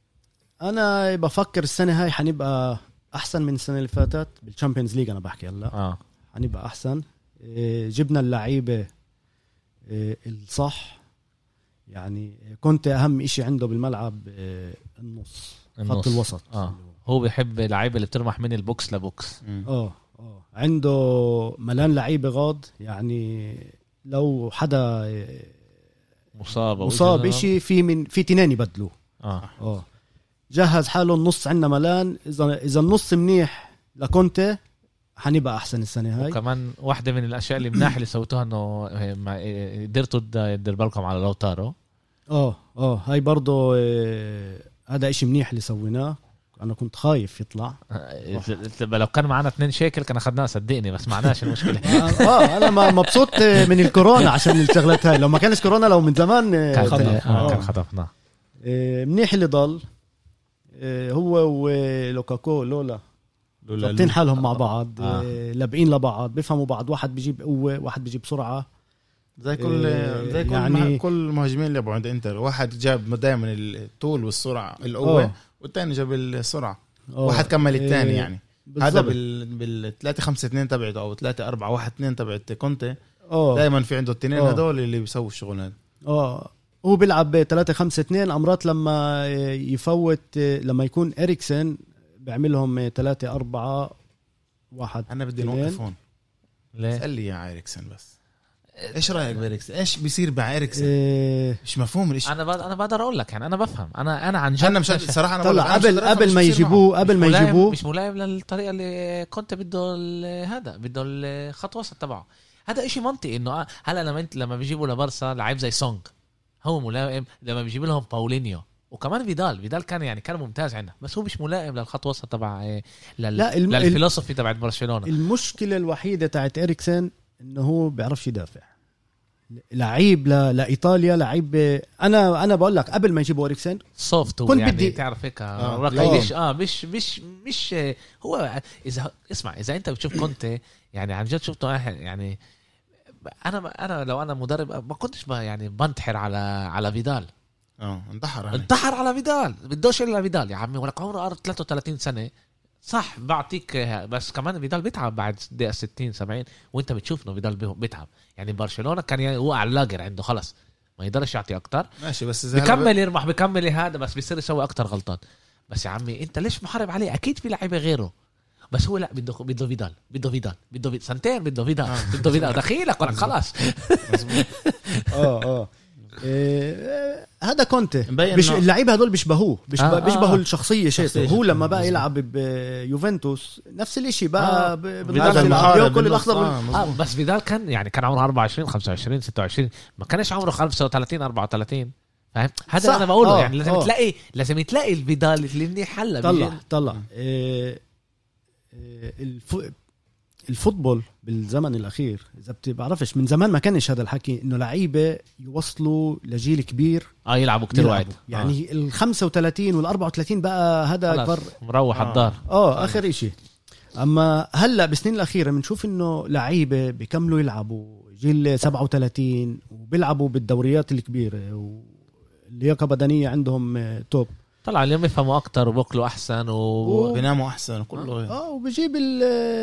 انا بفكر السنه هاي حنبقى احسن من السنه اللي فاتت بالشامبيونز ليج. انا بحكي هلا اه حنبقى احسن. إيه، جبنا اللعيبه إيه، الصح يعني. كنت اهم إشي عنده بالملعب إيه، النص النص. خط الوسط اه هو بيحب اللعيبه اللي بترمح من البوكس لبوكس. اه اه عنده ملان لعيبه غاض يعني. لو حدا إيه، مصاب أو مصاب إشي. إشي في من في تنين يبدلوه. اه اه جهز حاله النص عندنا ملان. اذا اذا النص منيح لكونتي حنبقى احسن السنه هاي. وكمان واحدة من الأشياء اللي مناح اللي سويتوها إنه ما- قدرتوا تدير بالكم على لوتارو. اه اه هاي برضو آه، هذا اشي منيح اللي سويناه. انا كنت خايف يطلع. آه، لو كان معنا اثنين شيكل كان أخذناه صدقني بس معناش المشكلة. اه آه، انا ما- مبسوط من الكورونا عشان الشغلات هاي. لو ما كانش كورونا لو من زمان آه، كان طلع. آه آه. كان خطفناه. آه، منيح اللي ضل. آه، هو ولوكاكو لولا لولا ضابطين حالهم مع بعض. آه. آه، لابقين لبعض بيفهموا بعض. واحد بيجيب قوة واحد بيجيب سرعة. زي كل إيه، زي كل يعني- يعني كل المهاجمين اللي لعبوا عند انتر واحد جاب دائما الطول والسرعه القوه آه. والثاني جاب السرعه آه. واحد كمل الثاني إيه، يعني هذا بالضبط. بال بال ثلاثة خمسة اثنين تبعته او ثلاثة أربعة واحد اثنين تبعت كونتي اه دائما في عنده الاثنين آه. هذول اللي بيسووا الشغل هذا. اه هو بيلعب ب ثلاثة خمسة اثنين. امرات لما يفوت لما يكون اريكسن بيعملهم ثلاثة أربعة واحد. انا بدي اثنين. نوقف هون ليه؟ اسال لي يا اريكسن بس ايش رايك باريكسن ايش بيصير مع اريكسن إيه، مش مفهوم الاشي. أنا بقدر أنا بقدر أقول لك يعني أنا بفهم أنا أنا عن جد انا مش صراحه انا بقول طلع لك أنا مش قبل قادر أفهم قبل إيش ما بيصير معه. يجيبوه قبل ما مش ملايم- يجيبوه مش ملايم للطريقة اللي كنت بده ال- هذا بده الخط وسط تبعه. هذا إشي منطقي إنه آه، هلا لما أنت لما بيجيبوا لبرسا لعيب زي سونج هو ملائم. لما بيجيب لهم باولينيو وكمان فيدال فيدال كان يعني كان ممتاز عندنا بس هو مش ملائم للخط وسط تبع إيه، لل... لا، الم- للفلسفي تبع برشلونة. المشكلة الوحيدة تاعت اريكسن انه هو بيعرفش يدافع. لعيب ل... لايطاليا لعيب. انا انا بقول لك قبل ما يجيبوا اريكسن سوفت كنت يعني بدي- تعرف هيك آه. آه. لا. مش اه مش مش مش هو اذا اسمع اذا انت بتشوف كونتي يعني عن جد شفته يعني انا انا لو انا مدرب ما كنتش بقى يعني بنتحر على على فيدال. اه انتحر يعني. انتحر على فيدال بدوش الا فيدال يا عمي ولك عمره ثلاثة وثلاثين سنة صح بعطيك بس كمان فيدال بيتعب بعد دقيقة ستين سبعين وانت بتشوف انه فيدال بيتعب يعني برشلونة كان يعني وقع اللاجر عنده خلص ما يقدرش يعطي اكتر ماشي بس إذا هلا بكمل يرمح بكمل هذا بس بيصير يسوي اكتر غلطات. بس يا عمي انت ليش محارب عليه؟ اكيد في لعيبه غيره بس هو لا بده بده فيدال بده فيدال بده فيدال سنتين بده فيدال بده فيدال دخيلك ولا خلاص. مظبوط. اه اه إيه، هذا كونتي مبين بش... إنه- اللعيبه هدول بيشبهوه بيشبه آه، آه. بيشبهوا الشخصيه شيء. شخصية هو شيء. لما بقى مظبوط. يلعب بيوفنتوس نفس الاشي بقى آه. ب- فيدال بالنازل المحارب الابيض كل بالنص. الاخضر آه، مظبوط. آه بس فيدال كان يعني كان عمره أربعة وعشرين خمسة وعشرين ستة وعشرين ما كانش عمره خمسة وثلاثين أربعة وثلاثين فاهم هذا صح. انا بقوله آه، يعني لازم آه. تلاقي لازم تلاقي الفيدال اللي منيح هلا طلع بيجي- طلع إيه، إيه، الف... الفوتبول بالزمن الاخير اذا بتعرفش من زمان ما كانش هذا الحكي انه لعيبه يوصلوا لجيل كبير اه يلعبوا كتير يلعبوا. وايد يعني ال خمسة وثلاثين وال أربعة وثلاثين بقى هذا خلاص كبر. مروح آه. الدار. اه اخر اشي. اما هلا بالسنين الاخيره بنشوف انه لعيبه بيكملوا يلعبوا جيل سبعة وثلاثين وبيلعبوا بالدوريات الكبيره واللياقه بدنيه عندهم آه، توب. طلع اليوم يفهموا اكتر وباكلوا احسن و... بيناموا احسن وكله اه وبجيب ال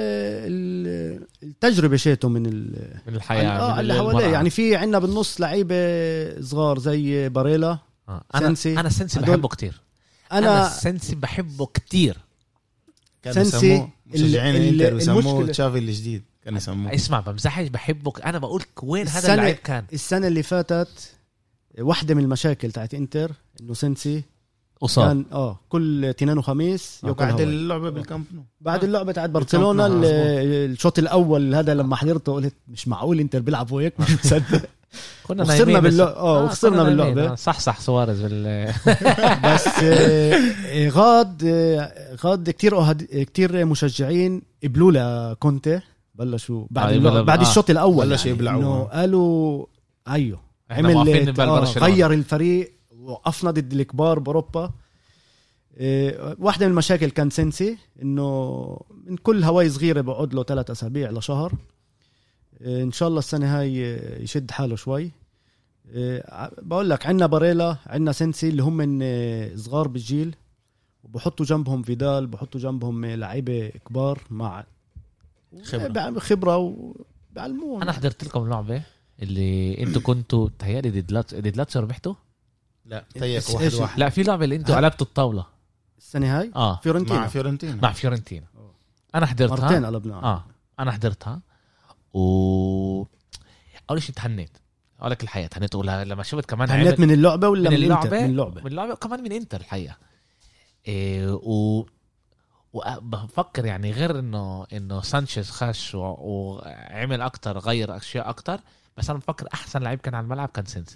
ال التجربه شيته من ال من الحياه اه من اللي حواليه. المرأة. يعني في عندنا بالنص لعيبه صغار زي باريلا. آه. انا سنسي. انا سنسي هدول- بحبه كتير انا انا سنسي بحبه كتير كانوا سنسي يسموه مشجعين ال- ال- الانتر بيسموه المشكلة- تشافي الجديد. كان يسموه. اسمع بمزحش بحبك انا بقول وين هذا السنة- اللعيب كان السنه اللي فاتت واحدة من المشاكل تاعت انتر انه سنسي وصار كان اه كل اثنين وخميس ياكل بعد هواي. اللعبه بالكامب نو. بعد اللعبه تاعت برشلونه بالكامب نو، ال- الشوط الاول هذا لما حضرته قلت مش معقول انتر بيلعبوا هيك مش مصدق كنا وخسرنا نايمين بس- باللعبة اه وخسرنا كنا نايمين. باللعبه آه، صح صح سواريز بال بس آه، غاد آه، غاد كتير كتير مشجعين قبلوا له كونتي بلشوا بعد آه، اللعبة يبلع- بعد آه. الشوط الاول بلش يعني يبلعوا. انه قالوا ايوه احنا واقفين آه، بالبرشلونه غير الفريق وقفنا ضد الكبار باوروبا. آه، واحدة من المشاكل كان سنسي انه من كل هواي صغيرة بقعد له ثلاث اسابيع لشهر. آه، ان شاء الله السنة هاي يشد حاله شوي. آه، بقول لك عنا باريلا عنا سنسي اللي هم من آه، صغار بالجيل وبحطوا جنبهم فيدال بحطوا جنبهم آه، لعيبة كبار مع خبرة. خبرة وبعلموهم. انا حضرت لكم لعبه اللي انتوا كنتوا تهيألي ضد لاتس ضد لاتس ربحتوا لا تيك إيش- واحد إيش- واحد لا في لعبه اللي انتوا ها. قلبتوا الطاوله السنة هاي اه مع فيورنتينا فيورنتينا. مع فيورنتينا انا حضرتها مرتين قلبناها. اه انا حضرتها و اول شيء تهنيت اقول لك الحقيقه تهنيت ولا لما شفت كمان هنيت عمل- من اللعبة ولا من من, اللعبة اللعبة من اللعبة من اللعبه وكمان من انتر الحقيقه إيه و وبفكر يعني غير انه انه سانشيز خش و... وعمل اكتر غير اشياء اكتر بس انا بفكر احسن لعيب كان على الملعب كان سينسي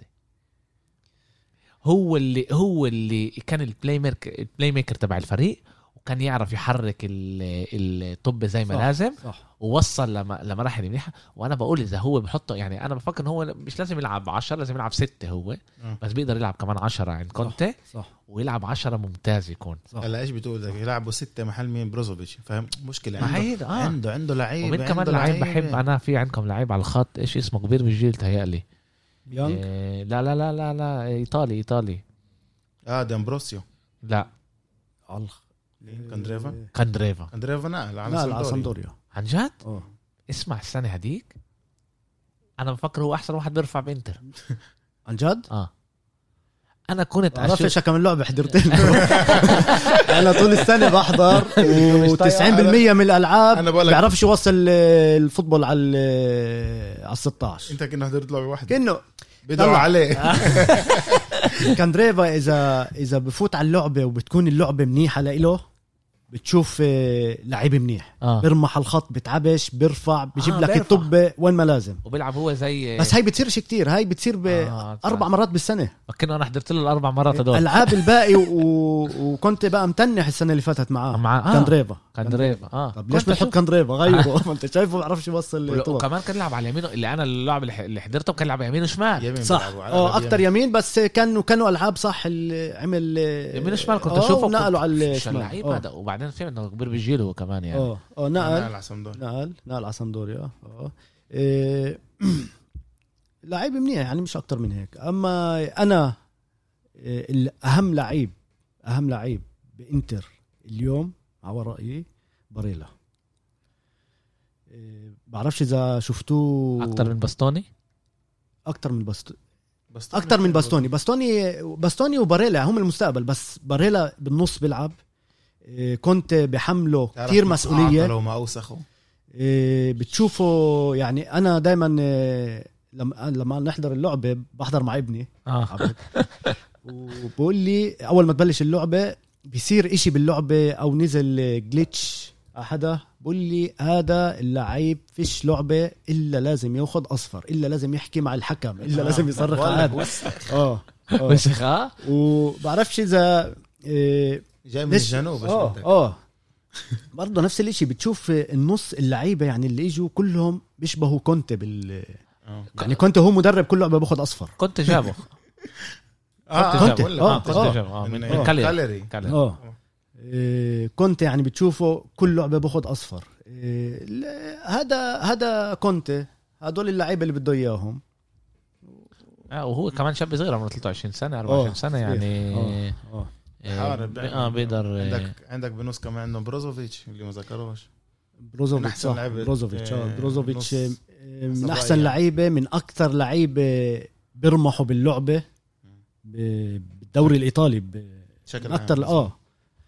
هو اللي هو اللي كان البلاي ميكر البلاي ميكر تبع الفريق وكان يعرف يحرك الطب زي ما صح. لازم صح ووصل لما لمراحل منيحه وانا بقول اذا هو بحطه يعني انا بفكر ان هو مش لازم يلعب عشرة لازم يلعب ستة هو آه. بس بيقدر يلعب كمان عشرة عند كونتي صح ويلعب عشرة ممتاز يكون صح. هلا ايش بتقول بدك يلعبوا ستة محل مين بروزوفيتش فاهم مشكلة ما عنده هي آه. عنده عنده لعيب ومن كمان لعيب بحب انا في عندكم لعيب على الخط ايش اسمه كبير بالجيل تهيألي يانج إيه لا لا لا لا لا ايطالي ايطالي اه دامبروسيو لا علخ كاندريفا كاندريفا كاندريفا نقل على لا على سامدوريا. سامدوريا عن جد اه اسمع السنه هديك انا بفكر هو احسن واحد بيرفع بانتر عن جد اه انا كنت بعرفش اشوف كم اللعبة حضرت انا طول السنة بحضر و90% من الالعاب أنا بقولك- بعرفش يوصل الفوتبول على ال- على ستاشر انت كنا حضرت لعبة واحدة كأنه بدعوا طلع. عليه كاندريفا اذا اذا بفوت على اللعبة وبتكون اللعبة منيحة لإله بتشوف آه، لعيب منيح اه بيرمح الخط بتعبش بيرفع بيجيب آه، لك بيرفع. الطبة وين ما لازم. وبيلعب هو زي بس هاي بتصيرش كتير هاي بتصير آه، بأربع مرات بالسنة. كنا انا حضرت له الاربع مرات هدول العاب الباقي و... وكنت بقى متنح السنه اللي فاتت معاه مع آه. كاندريفا كاندريفا اه طب ليش كنت بتحط أشوف- كاندريفا غيره ما انت شايفه ما بيعرفش يوصل ولا- الطول. وكمان كان يلعب على يمينه اللي انا اللعب اللي اللي حضرته كان يلعب يمين وشمال يمين صح بيلعبوا على اه أغلب اكتر يمين. يمين بس كانوا كانوا العاب صح اللي عمل يمين وشمال كنت آه، اشوفه ونقلوا على شو الشمال اللعيب آه. هذا وبعدين في انه كبير بالجيل هو كمان يعني اه اه نقل نقل على سامدوريا. نقل نقل على سامدوريا اه إيه، لعيب منيح يعني مش اكتر من هيك. اما انا إيه، الاهم لعيب اهم لعيب بانتر اليوم على رايي باريلا. إيه، بعرفش اذا شفتوه اكتر من باستوني اكتر من باست... بس اكتر من باستوني باستوني باستوني وباريلا هم المستقبل بس باريلا بالنص بيلعب. إيه، كنت بحمله تعرف كتير كيف مسؤوليه. عاقله وما اوسخه إيه، بتشوفه يعني انا دايما إيه، لما لما نحضر اللعبه بحضر مع ابني اه عبد وبقول لي اول ما تبلش اللعبه بيصير اشي باللعبه او نزل جليتش حدا بقول لي هذا اللعيب فيش لعبه الا لازم ياخذ اصفر الا لازم يحكي مع الحكم الا لازم يصرخ والله هذا وسخ. اه آه. وسخ اه وبعرفش اذا إيه، جاي من ليش- الجنوب ايش اه بدك اه برضه نفس الاشي بتشوف النص اللعيبه يعني اللي اجوا كلهم بيشبهوا كونتي بال آه. يعني كونتي هو مدرب كل لعبه باخذ اصفر. كنت جابه اه كنت- بقول لك آه، اه كنت كنت آه. جابه اه من- من آه. من كاليري كاليري. كاليري. اه إيه، كونتي يعني بتشوفه كل لعبه باخذ اصفر. إيه، لا، هذا هذا كونتي هدول اللعيبه اللي بده اياهم. اه وهو كمان شاب صغير عمره ثلاثة وعشرين سنه أربعة وعشرين آه، سنه يعني اه اه آه، حارب اه بيقدر عندك عندك بنص كمان عنده بروزوفيتش اللي ما ذكروش من بروزوفيتش أحسن صح لعيبة، بروزوفيتش اه آه، بروزوفيتش نص- آه، نص من الرأي احسن يعني. لعيبه من اكثر لعيبه بيرمحوا باللعبه ب- بالدوري الايطالي ب- بشكل من اكثر عام. اه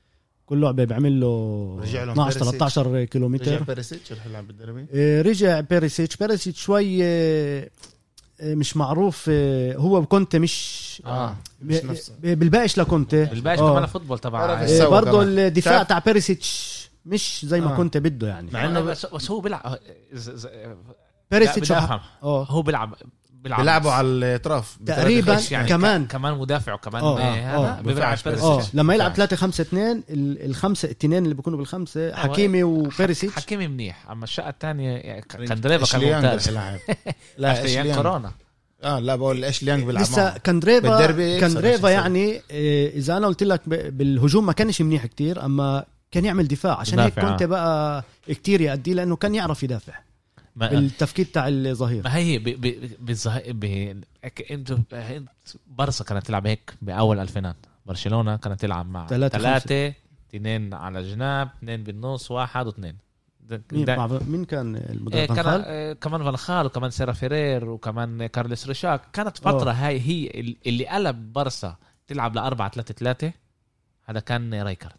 كل لعبه بيعمل له رجع لهم اثناشر بيريسيتش. ثلاثة عشر رجع كيلومتر. بيريسيتش رح يلعب بالدربي. آه، رجع بيريسيتش بيريسيتش شوي آه، آه، مش معروف. آه، هو كونتي مش اه مش نفسه. ب- بالباقيش لكونتي. بالباقي آه. كمان فوتبول تبع عرف آه، السوا برضه كمان. الدفاع شاف- تاع بيريسيتش مش زي ما آه. كنت بده يعني. مع انه بس, بس هو بيلعب ز- ز- بيريسيتش بدي أفهم. اه هو بيلعب بيلعب بيلعبوا على الاطراف تقريباً بثلاثة يعني كمان. ك- كمان مدافع وكمان آه، آه آه، هذا بيلعب بينفعش بيريسيتش. اه بيريسيتش. لما يلعب بتاع. ثلاثة خمسة اثنين ال- الخمسة الاثنين اللي بيكونوا بالخمسة آه، حكيمي وبيريسيتش. حكيمي منيح اما الشقه الثانيه كاندريفا كان إشليانج رح ممتاز. يلعب. لا لا إشليانج. كورونا اه لا بقول اشليانج بيلعب لسه معهم. كاندريفا بالدربي يكسر كاندريفا عشان يعني آه، اذا انا قلت لك ب- بالهجوم ما كانش منيح كتير اما كان يعمل دفاع عشان هيك مدافع، كنت بقى كتير يأدي لانه كان يعرف يدافع ما, بالتفكير تاع الظهير. ما هي ب- ب- بالظه- ب- انتوا انت برصة كانت تلعب هيك باول الفينات. برشلونه كانت تلعب مع تلاتة ثلاثه اثنين على الجناب اثنين بالنص واحد واثنين. ده- مين, ده- مع مين كان إيه المدرب؟ كان فان خال؟ آه، كمان فان خال وكمان سيرا فيرير وكمان كارلس ريشاك. كانت فتره أوه. هاي هي اللي قلب برصة تلعب لأربعة ثلاثة ثلاثة. هذا كان رايكارد.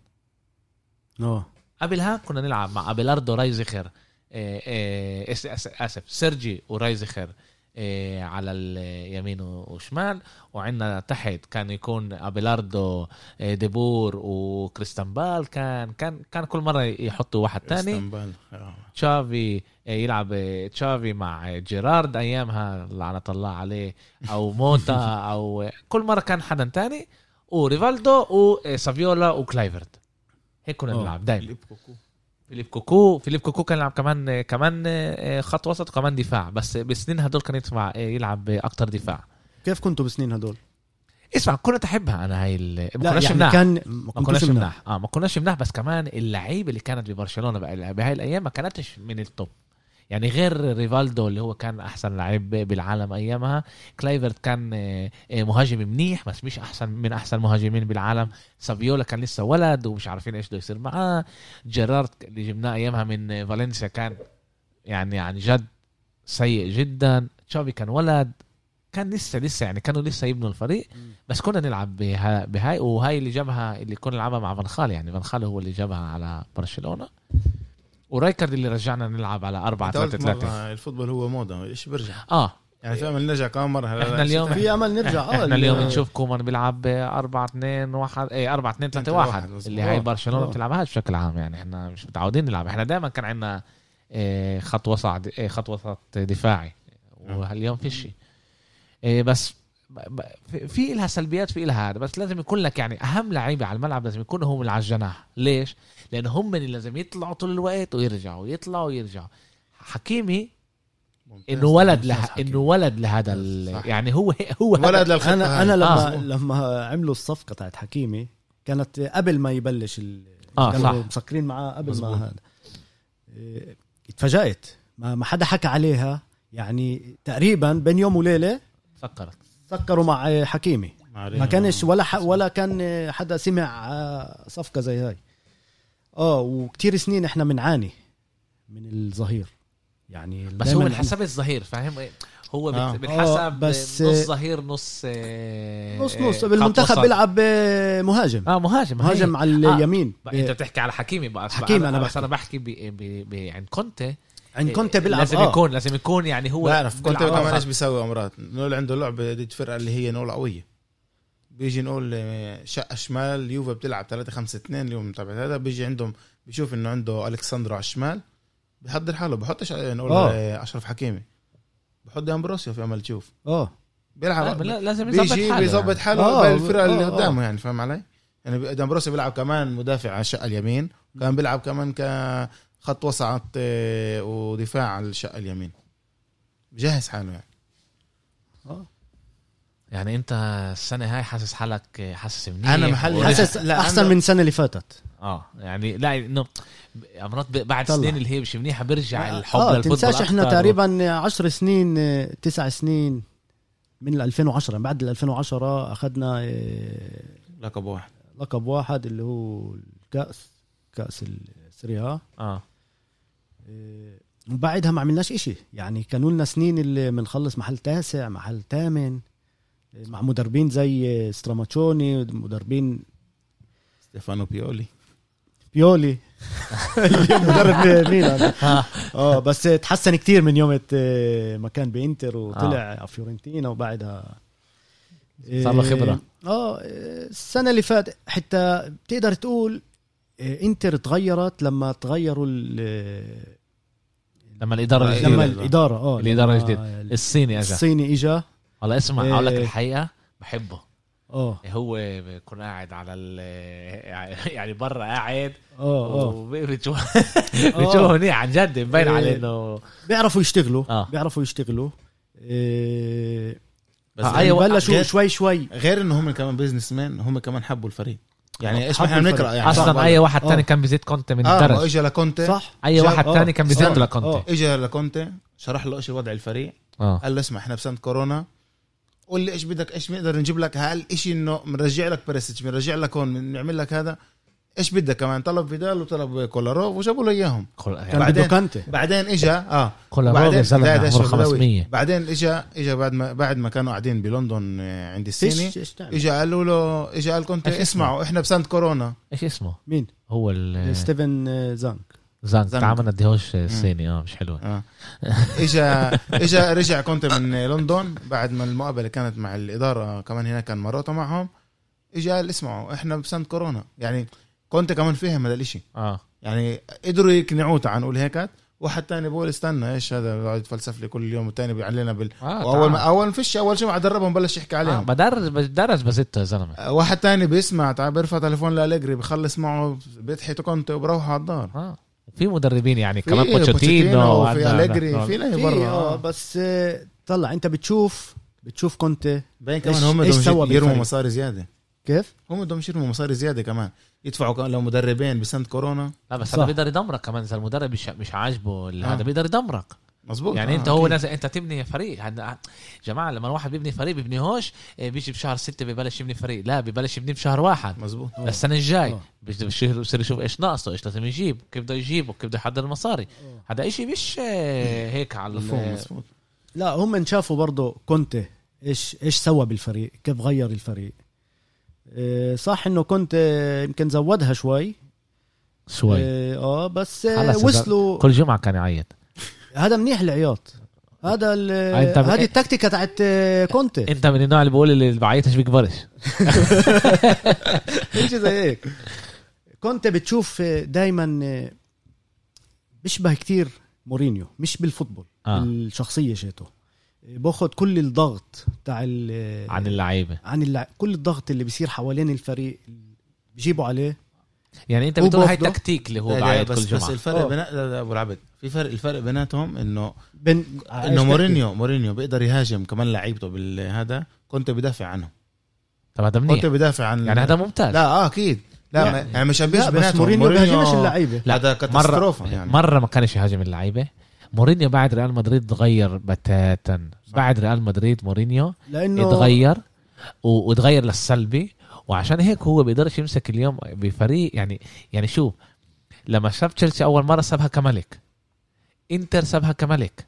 اه قبلها كنا نلعب مع أبيلاردو رايزيخر آه، آه، آس- آس- اسف سيرجي ورايزيخر آه، على اليمين وشمال. وعندنا تحت كان يكون أبيلاردو آه، ديبور وكريستنبال. كان كان كان كل مره يحطوا واحد تاني. اسطنبول. آه. تشافي آه، يلعب آه، تشافي مع جيرارد ايامها لعنه الله عليه او موتا او كل مره كان حدا تاني. وريفالدو وسافيولا وكلايفرد. هيك كنا أوه. نلعب دايما. فيليب كوكو. فيليب كوكو فيليب كوكو كان يلعب كمان كمان خط وسط وكمان دفاع. بس بالسنين هدول كان يدفع يلعب اكتر دفاع. كيف كنتوا بسنين هدول؟ اسمع كنت احبها انا هاي ال- ما لا كناش يعني مناح. كان ما ما كنتوش كناش مناح. مناح اه ما كناش مناح. بس كمان اللعيبه اللي كانت ببرشلونه بقى بهاي الايام ما كانتش من التوب. يعني غير ريفالدو اللي هو كان احسن لعيب بالعالم ايامها. كلايفرت كان آه، آه، مهاجم منيح بس مش احسن من احسن مهاجمين بالعالم. سافيولا كان لسه ولد ومش عارفين ايش بده يصير معاه. جيرارد اللي جبناه ايامها من آه، فالنسيا كان يعني عن جد سيء جدا. تشافي كان ولد. كان لسه لسه يعني كانوا لسه يبنوا الفريق. بس كنا نلعب بها بهاي. وهاي اللي جابها اللي كنا نلعبها مع فان خال. يعني فان خال هو اللي جابها على برشلونة. ورايكارد اللي رجعنا نلعب على أربعة ثلاثة ثلاثة. الفوتبول هو موضة ايش برجع اه يعني في امل نرجع كمان مره. هلا إحنا اليوم- في امل نرجع اه احنا اليوم ال- نشوف كومان بيلعب أربعة اثنين واحد اي أربعة اثنين ثلاثة واحد مظبوط. اللي هاي برشلونة آه. بتلعبهاش بشكل عام. يعني احنا مش متعودين نلعب. احنا دائما كان عندنا آه، خط وسط آه، خط وسط دفاعي. واليوم في شيء آه، بس ب- ب- في- في لها سلبيات في لها هذا. بس لازم يكون لك يعني اهم لعيبه على الملعب لازم يكونوا هم اللي على الجناح. ليش؟ لانه هم اللي لازم يطلعوا طول الوقت ويرجعوا يطلعوا ويرجعوا. حكيمي انه ولد له انه ولد لهذا ال- صح. يعني هو هو ولد للخطه انا هاي. انا لما آه. لما عملوا الصفقه تاعت حكيمي كانت قبل ما يبلش ال... آه، كانوا صح. مسكرين معاه قبل مزبوط. ما هذا. إيه، اتفاجأت ما ما حدا حكى عليها. يعني تقريبا بين يوم وليله سكرت. سكروا مع حكيمي. معرفة. ما كانش ولا ح... ولا كان حدا سمع آه، صفقه زي هاي. اه وكتير سنين احنا بنعاني من الظهير يعني. بس هو بالحسب الظهير فاهم إيه؟ هو آه. بت- بالحسب آه، بس- نص ظهير نص آه، نص نص آه، بالمنتخب خط وسط. بيلعب آه، مهاجم اه مهاجم مهاجم هي. على اليمين. بقى انت بتحكي على حكيمي بقى. حكيمي أنا بس بحكي. انا بحكي ب... ب... ب... عند كونتي. عند كنت بيلعب لازم آه. يكون لازم يكون يعني هو بعرف كنت بيلعب كمان آه. ايش بيسوي امرات. نقول عنده لعبه ضد فرقه اللي هي نقول قويه. بيجي نقول آه، شقه شمال يوفا بتلعب ثلاثة خمسة اثنين اليوم تبع هذا. بيجي عندهم بيشوف انه عنده الكسندرو على الشمال بيحضر حاله. بحطش نقول آه. آه. اشرف حكيمي بحط دي امبروسيو في امل تشوف اه بيلعب. آه، لا- لازم يظبط بيجي حاله بيظبط يعني. حاله آه، قبل الفرقه اللي آه، قدامه. يعني فاهم علي. يعني دامبروسي بيلعب كمان مدافع على الشقه اليمين. كان بيلعب كمان كخط وسط آه، ودفاع على الشقه اليمين. بجهز حاله يعني. اه يعني انت السنه هاي حاسس حالك حاسس منيح. أنا محلي- حاسس لا، احسن أنا- من السنه اللي فاتت. اه يعني لا انه امرات بعد طلع. سنين اللي هي مش منيحه بيرجع الحب اه للفوتبول تنساش احنا أكتر. تقريبا عشر سنين آه، تسع سنين من ألفين وعشرة. بعد ألفين وعشرة اخذنا آه، لقب واحد. لقب واحد اللي هو الكاس كاس السريا. اه آه، وبعدها ما عملناش إشي. يعني كانوا لنا سنين اللي بنخلص محل تاسع محل ثامن آه، مع مدربين زي ستراماتشوني مدربين ستيفانو بيولي. بيولي اللي مدرب ميلان اه بس تحسن كتير من يوم ما كان بإنتر وطلع على فيورنتينا وبعدها صار له خبرة. اه السنة اللي فات حتى بتقدر تقول إنتر تغيرت لما تغيروا لما الإدارة لما الجديدة الإدارة اه الإدارة الجديدة الصيني أجا الصيني إجا والله اسمع إيه. أقول لك الحقيقة بحبه اه هو بيكون قاعد على ال يعني برا قاعد اه اه وبتشوف بتشوف هني عن جد مبين عليه انه بيعرفوا يشتغلوا آه. بيعرفوا يشتغلوا إيه بس آه، يعني أيوة. بلشوا غير- شوي شوي غير انه هم كمان بيزنس مان هم كمان حبوا الفريق يعني ايش ما حبوا احنا الفريق. بنقرا يعني اصلا اي واحد آه. تاني كان بيزيد كونت من اه ما الدرج اجى لكونتي صح اي جاب- واحد آه. تاني كان بيزيد استنى. لكونت آه. اجى لكونتي شرح له ايش وضع الفريق اه قال له اسمع احنا بسنه كورونا قول لي ايش بدك ايش بنقدر نجيب لك هل شيء انه بنرجع لك بريسيتش بنرجع لك هون بنعمل لك هذا ايش بدك كمان طلب فيدال وطلب كولاروف وجابوا له اياهم كل كان بده بعدين- كانتي بعدين اجى اه كل بعدين- روج زلمه لا، ده عمره شو بدوي. خمسمية بعدين اجى اجى بعد ما بعد ما كانوا قاعدين بلندن آه، عند الصيني ايش ايش تعمل اجى قالوا له اجى قال كنت إيش اسمه؟ اسمعوا احنا بسنه كورونا ايش اسمه مين هو ال ستيفن آه، زانك زانك زانك. تعال ما نديهوش الصيني اه مش حلوه اه اجى اجى رجع كنت من لندن بعد ما المقابله كانت مع الاداره كمان هناك كان مراته معهم اجى قال اسمعوا احنا بسنه كورونا يعني كنت كمان فهم هذا الاشي اه يعني قدروا يقنعوه تعال نقول هيك واحد تاني بقول استنى ايش هذا قاعد يتفلسف لي كل يوم والتاني بيعلنا بال اه واول ما تعال. اول فيش اول شيء ما دربهم بلش يحكي آه عليهم بدرس بدرس بزته يا زلمه آه. واحد تاني بيسمع تعال بيرفع تليفون لأليجري بخلص معه بيضحي كنت وبروح على الدار اه في مدربين يعني في كمان بوتشيتينو وفي وعندنا- أليجري آه. في لا في برا اه آه. بس آه، طلع انت بتشوف بتشوف كنت باين كمان إيش- هم إيش بدهم سوى يرموا بالفريق؟ مصاري زياده كيف هم بدهم يشيلوا مصاري زياده كمان يدفعوا كمان لو مدربين بسنه كورونا لا بس صح. هذا بيقدر يدمرك كمان اذا المدرب مش مش عاجبه ال- آه. هذا بيقدر يدمرك مزبوط يعني آه، انت هو أكيد. نازل انت تبني فريق هذا جماعه لما الواحد بيبني فريق بيبنيهوش إيه، بيجي بشهر ستة ببلش يبني فريق لا ببلش يبني بشهر واحد مزبوط السنه الجاي آه. بصير يصير يشوف ايش ناقصه ايش لازم يجيب كيف بده يجيب وكيف بده يحضر المصاري هذا اشي مش آه، هيك على مفهوم ال- مزبوط لا هم شافوا برضه كنت ايش ايش سوى بالفريق كيف غير الفريق آه، صح انه كنت آه، يمكن زودها شوي شوي اه آه، بس آه، خلص وصلوا كل جمعه كان يعيط هذا منيح العياط هذا ال- أنت ب- هذه التكتيكه تاعت آه، كونتي انت من النوع اللي بقول اللي بعيطش بيكبرش شيء زي هيك كنت بتشوف دائما بيشبه كتير مورينيو مش بالفوتبول آه. الشخصيه شيته باخد كل الضغط تاع ال- عن اللعيبه عن اللع... كل الضغط اللي بيصير حوالين الفريق بيجيبوا عليه يعني انت هو بتقول هاي بوفده. تكتيك اللي هو لا، لا، بعيط بس كل بس جمعه الفرق آه. بين لا، لا، ابو العبد في فرق الفرق بيناتهم انه بن... انه مورينيو مورينيو بيقدر يهاجم كمان لعيبته بالهذا كنت بدافع عنهم طب هذا كنت منيح بدافع عن يعني هذا ممتاز لا اه اكيد لا لا. ما- يعني مش شبهش لا بس بيناتهم مورينيو بيهاجمش اللعيبه لا، هذا كاتاستروفا يعني مره ما كانش يهاجم اللعيبه مورينيو بعد ريال مدريد تغير بتاتا بعد ريال مدريد مورينيو لانه اتغير و- وتغير للسلبي وعشان هيك هو بيقدرش يمسك اليوم بفريق يعني يعني شوف لما شاف تشيلسي اول مره سابها كملك انتر سابها كملك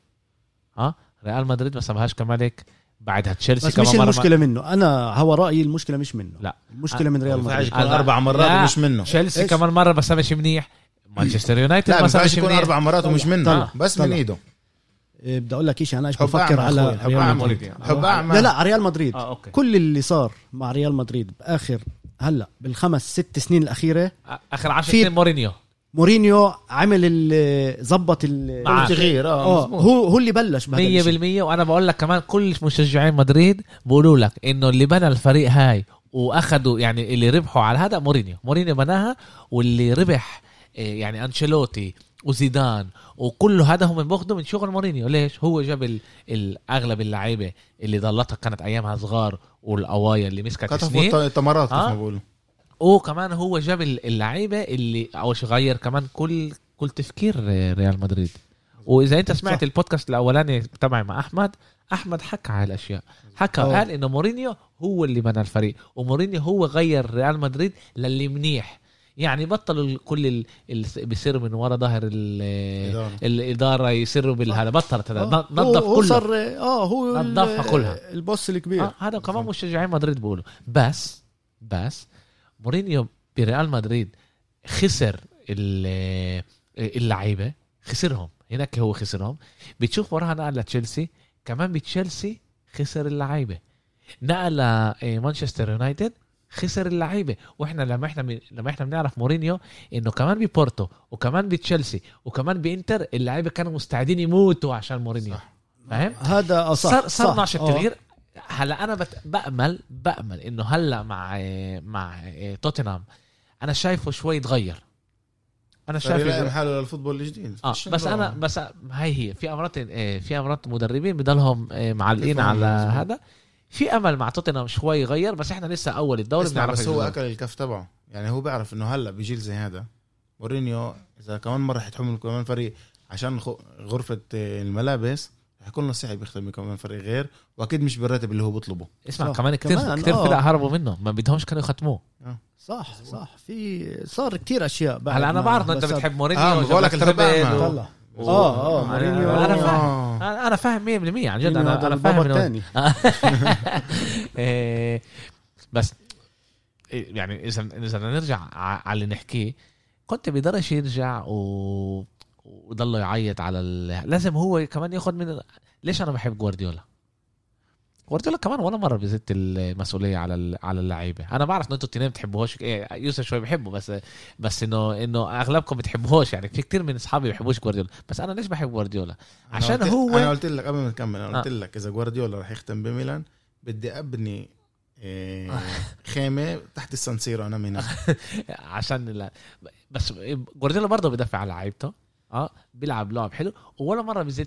ها ريال مدريد ما سابهاش كملك بعدها تشيلسي بس كمان مش مره المشكله منه انا هو رايي المشكله مش منه لا. المشكله من ريال ما ينفعش مدريد يكون لا. اربع مرات لا. ومش منه تشيلسي إيش؟ كمان مره بس مش منيح مانشستر يونايتد لا ما ما ينفعش سابش يكون منيح اربع مرات ومش منه طلع. بس طلع. من ايده إيه، بدي اقول لك شيء انا ايش حب بفكر أعمى على أخوي، حب ريال أعمى. مدريد حب أعمى. لا لا ريال مدريد اه اوكي كل اللي صار مع ريال مدريد باخر هلا بالخمس ست سنين الاخيره اخر عشر في- سنين مورينيو مورينيو عمل ال- زبط ال معك. تغيير اه اه مزبوط. هو هو اللي بلش بهذا مية الشيء. بالمية وانا بقول لك كمان كل مشجعين مدريد بيقولوا لك انه اللي بنى الفريق هاي واخدوا يعني اللي ربحوا على هذا مورينيو مورينيو بناها واللي ربح إيه، يعني انشيلوتي وزيدان وكله هذا هم بياخدوا من شغل مورينيو ليش هو جاب ال- الاغلب اللعيبه اللي ضلتها كانت ايامها صغار والقوايا اللي مسكت سنين كتفوا التمرات كيف آه. ما بقولوا وكمان هو جاب اللعيبه اللي اول شيء غير كمان كل كل تفكير ريال مدريد واذا انت سمعت صح. البودكاست الاولاني تبعي مع احمد احمد حكى على الاشياء حكى أوه. قال انه مورينيو هو اللي بنى الفريق ومورينيو هو غير ريال مدريد للي منيح يعني بطلوا ال- كل ال- ال- بيصيروا من ورا ظهر ال- إدارة. الاداره يصيروا بالهذا بطلت هذا آه. نظف هو- هو كله صار اه هو ال- نظفها كلها. البوس الكبير آه هذا كمان مشجعين مدريد بيقولوا بس بس مورينيو بريال مدريد خسر اللعيبه خسرهم هناك، هو خسرهم. بتشوف وراها نقل لتشيلسي، كمان بتشيلسي خسر اللعيبه، نقل مانشستر يونايتد خسر اللعيبه. واحنا لما احنا لما احنا بنعرف مورينيو انه كمان ببورتو وكمان بتشيلسي وكمان بانتر اللعيبه كانوا مستعدين يموتوا عشان مورينيو، فاهم؟ هذا صح صار صار ناشط آه. تغيير. هلا انا بت... بامل بامل انه هلا مع مع توتنهام انا شايفه شوي تغير. انا شايف يلائم حاله للفوتبول الجديد. اه بس انا بس هاي هي في امرات في امرات مدربين بضلهم معلقين على هذا. في امل مع توتنهام شوي يغير، بس احنا لسه اول الدوري بنعرف. بس هو اكل الكف تبعه، يعني هو بيعرف انه هلا بيجيل زي هذا مورينيو اذا كمان مره حيتحمل كمان فريق عشان غرفه الملابس، حيكون له صعب يختم كمان فريق غير، واكيد مش بالراتب اللي هو بيطلبه. اسمع كمان كتير كتير فرق هربوا منه، ما بدهمش كانوا يختموه. صح صح في صار كتير اشياء. هلا انا بعرف انت بتحب مورينيو، اه بقول لك طلع اه اه مورينيو انا فاهم انا فاهم مية بالمية عن جد. انا انا فاهم الثاني بس يعني اذا اذا نرجع على اللي نحكيه، كنت بيقدرش يرجع و وضله يعيط على ال... لازم هو كمان ياخد من. ليش انا بحب جوارديولا؟ جوارديولا كمان ولا مره بيزت المسؤوليه على على اللعيبه. انا بعرف ان انتوا التنين بتحبوهوش، إيه يوسف شوي بحبه، بس بس انه انه اغلبكم بتحبوهوش، يعني في كتير من اصحابي بيحبوش جوارديولا. بس انا ليش بحب جوارديولا؟ عشان أنا هو انا قلت لك قبل ما نكمل، انا قلت آه. لك اذا جوارديولا راح يختم بميلان بدي ابني إيه خيمه تحت السانسيرو انا منها عشان لا. بس جوارديولا برضه بيدافع على لعيبته، اه بيلعب لعب حلو، ولا مره بيزت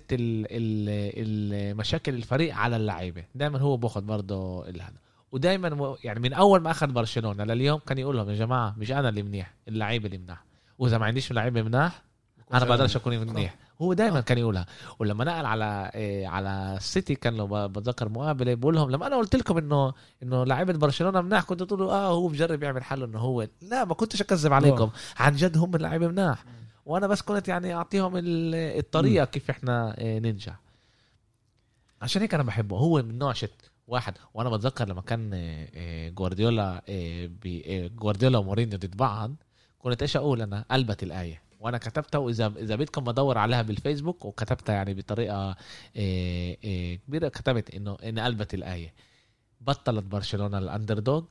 المشاكل الفريق على اللعيبه. دائما هو باخد برضه هذا، ودائما يعني من اول ما اخذ برشلونه لليوم كان يقول لهم يا جماعه مش انا اللي منيح، اللعيبه اللي منيح، واذا ما عنديش لعيبه منيح انا بقدرش اكون منيح. هو دائما كان يقولها. ولما نقل على إيه على السيتي كان له بتذكر مقابله بقول لهم لما انا قلت لكم انه انه لعيبه برشلونه مناح كنتوا تقولوا اه هو بجرب يعمل حله انه هو لا، ما كنتش اكذب عليكم، عن جد هم اللعيبه مناح، وانا بس كنت يعني اعطيهم الطريقه كيف احنا ننجح. عشان هيك انا بحبه. هو من نوع شت واحد. وانا بتذكر لما كان جوارديولا جوارديولا ومورينيو ضد بعض، كنت ايش اقول انا؟ قلبت الايه، وانا كتبتها، واذا اذا بدكم بدور عليها بالفيسبوك، وكتبتها يعني بطريقه كبيره، كتبت انه ان قلبت الايه. بطلت برشلونه الاندردوج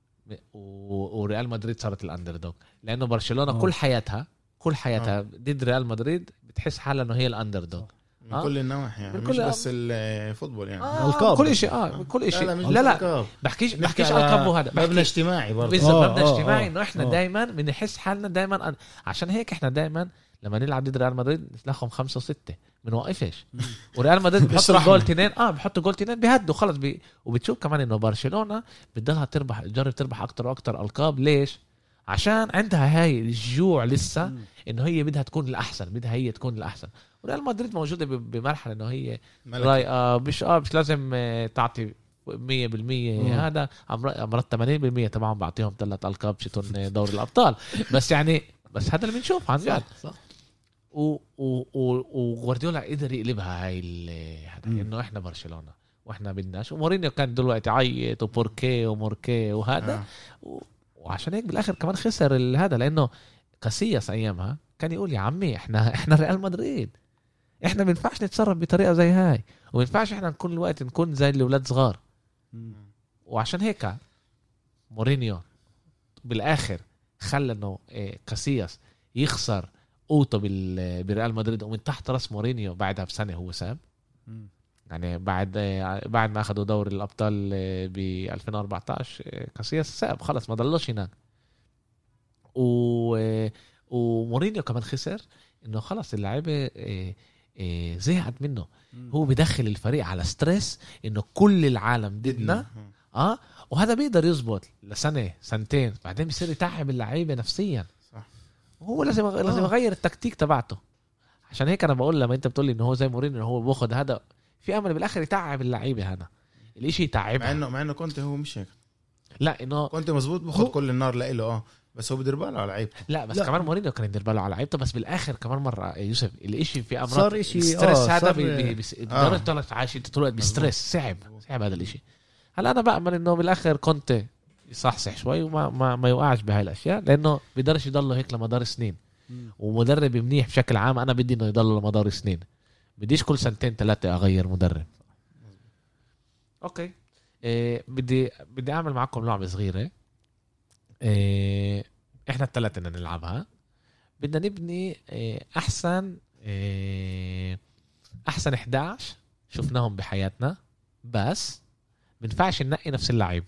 وريال مدريد صارت الاندردوج، لانه برشلونه أوه. كل حياتها كل حياتها ضد ريال مدريد بتحس حالها انه هي الاندردوج من آه؟ كل النواحي، يعني مش بس الفوتبول يعني آه كل شيء اه كل شيء. لا لا, لا, لا. بحكيش بحكيش القاب هذا، مبنى اجتماعي برضه. آه مبنى اجتماعي انه احنا دائما بنحس حالنا دائما. عشان هيك احنا دائما لما نلعب ضد ريال مدريد نتلاقهم خمسة وستة من واقفش وريال مدريد بيحطوا جول تنين اه بيحطوا جول تنين بيهدوا خلص بي... وبتشوف كمان انه برشلونه بدها تربح تجرب تربح اكتر واكتر القاب. ليش؟ عشان عندها هاي الجوع لسه انه هي بدها تكون الاحسن، بدها هي تكون الاحسن. وريال مدريد موجوده بمرحله انه هي رايقه، مش اه مش لازم تعطي مية بالمية. هذا امرات ثمانين بالمية طبعا بعطيهم ثلاث القاب شتون دوري الابطال. بس يعني بس هذا اللي بنشوف عن جد. صح. و وغوارديولا قدر يقلبها هاي هذا انه احنا برشلونه واحنا بدناش. ومورينيو كان دلوقتي عيط وبوركي وموركي وهذا آه. و... وعشان هيك بالاخر كمان خسر هذا، لانه كاسياس ايامها كان يقول يا عمي احنا احنا ريال مدريد، احنا ما ينفعش نتصرف بطريقه زي هاي، وما ينفعش احنا كل الوقت نكون زي الاولاد صغار. وعشان هيك مورينيو بالاخر خلى انه كاسياس يخسر اوتو بالريال مدريد، ومن تحت راس مورينيو بعدها بسنه هو ساب. يعني بعد بعد ما اخذوا دوري الابطال ب ألفين وأربعتاشر كاسياس ساب خلص ما ضلوش هناك. و ومورينيو كمان خسر انه خلص اللعيبه زهقت منه. هو بدخل الفريق على ستريس انه كل العالم ضدنا اه وهذا بيقدر يزبط لسنه سنتين، بعدين بيصير يتعب اللعيبه نفسيا. صح. وهو لازم آه. لازم يغير التكتيك تبعته. عشان هيك انا بقول لما انت بتقول لي انه هو زي مورينيو هو باخذ هذا في امل بالاخر يتعب اللعيبه. هذا الاشي يتعبها، مع انه مع انه كنت هو مش هيك. لا انه كنت مزبوط باخذ كل النار لإله اه بس هو بدير باله على لعيبته. لا بس لا. كمان مورينيو كان يدير باله على لعيبته، بس بالاخر كمان مره يوسف الاشي في امراض صار اشي ستريس. آه هذا بيقدر طلع عايش انت طول بستريس. صعب صعب هذا الاشي. هلا انا بامل انه بالاخر كنت يصحصح شوي وما ما, ما يوقعش بهاي الاشياء، لانه بيقدرش يضله هيك لمدار سنين. ومدرب منيح بشكل عام انا بدي انه يضل لمدار سنين، بديش كل سنتين ثلاثه اغير مدرب. اوكي إيه بدي بدي اعمل معكم لعبه صغيره. إيه احنا الثلاثه بدنا نلعبها. بدنا نبني إيه احسن إيه احسن إحدى عشر شفناهم بحياتنا، بس بنفعش ننقي نفس اللعيب.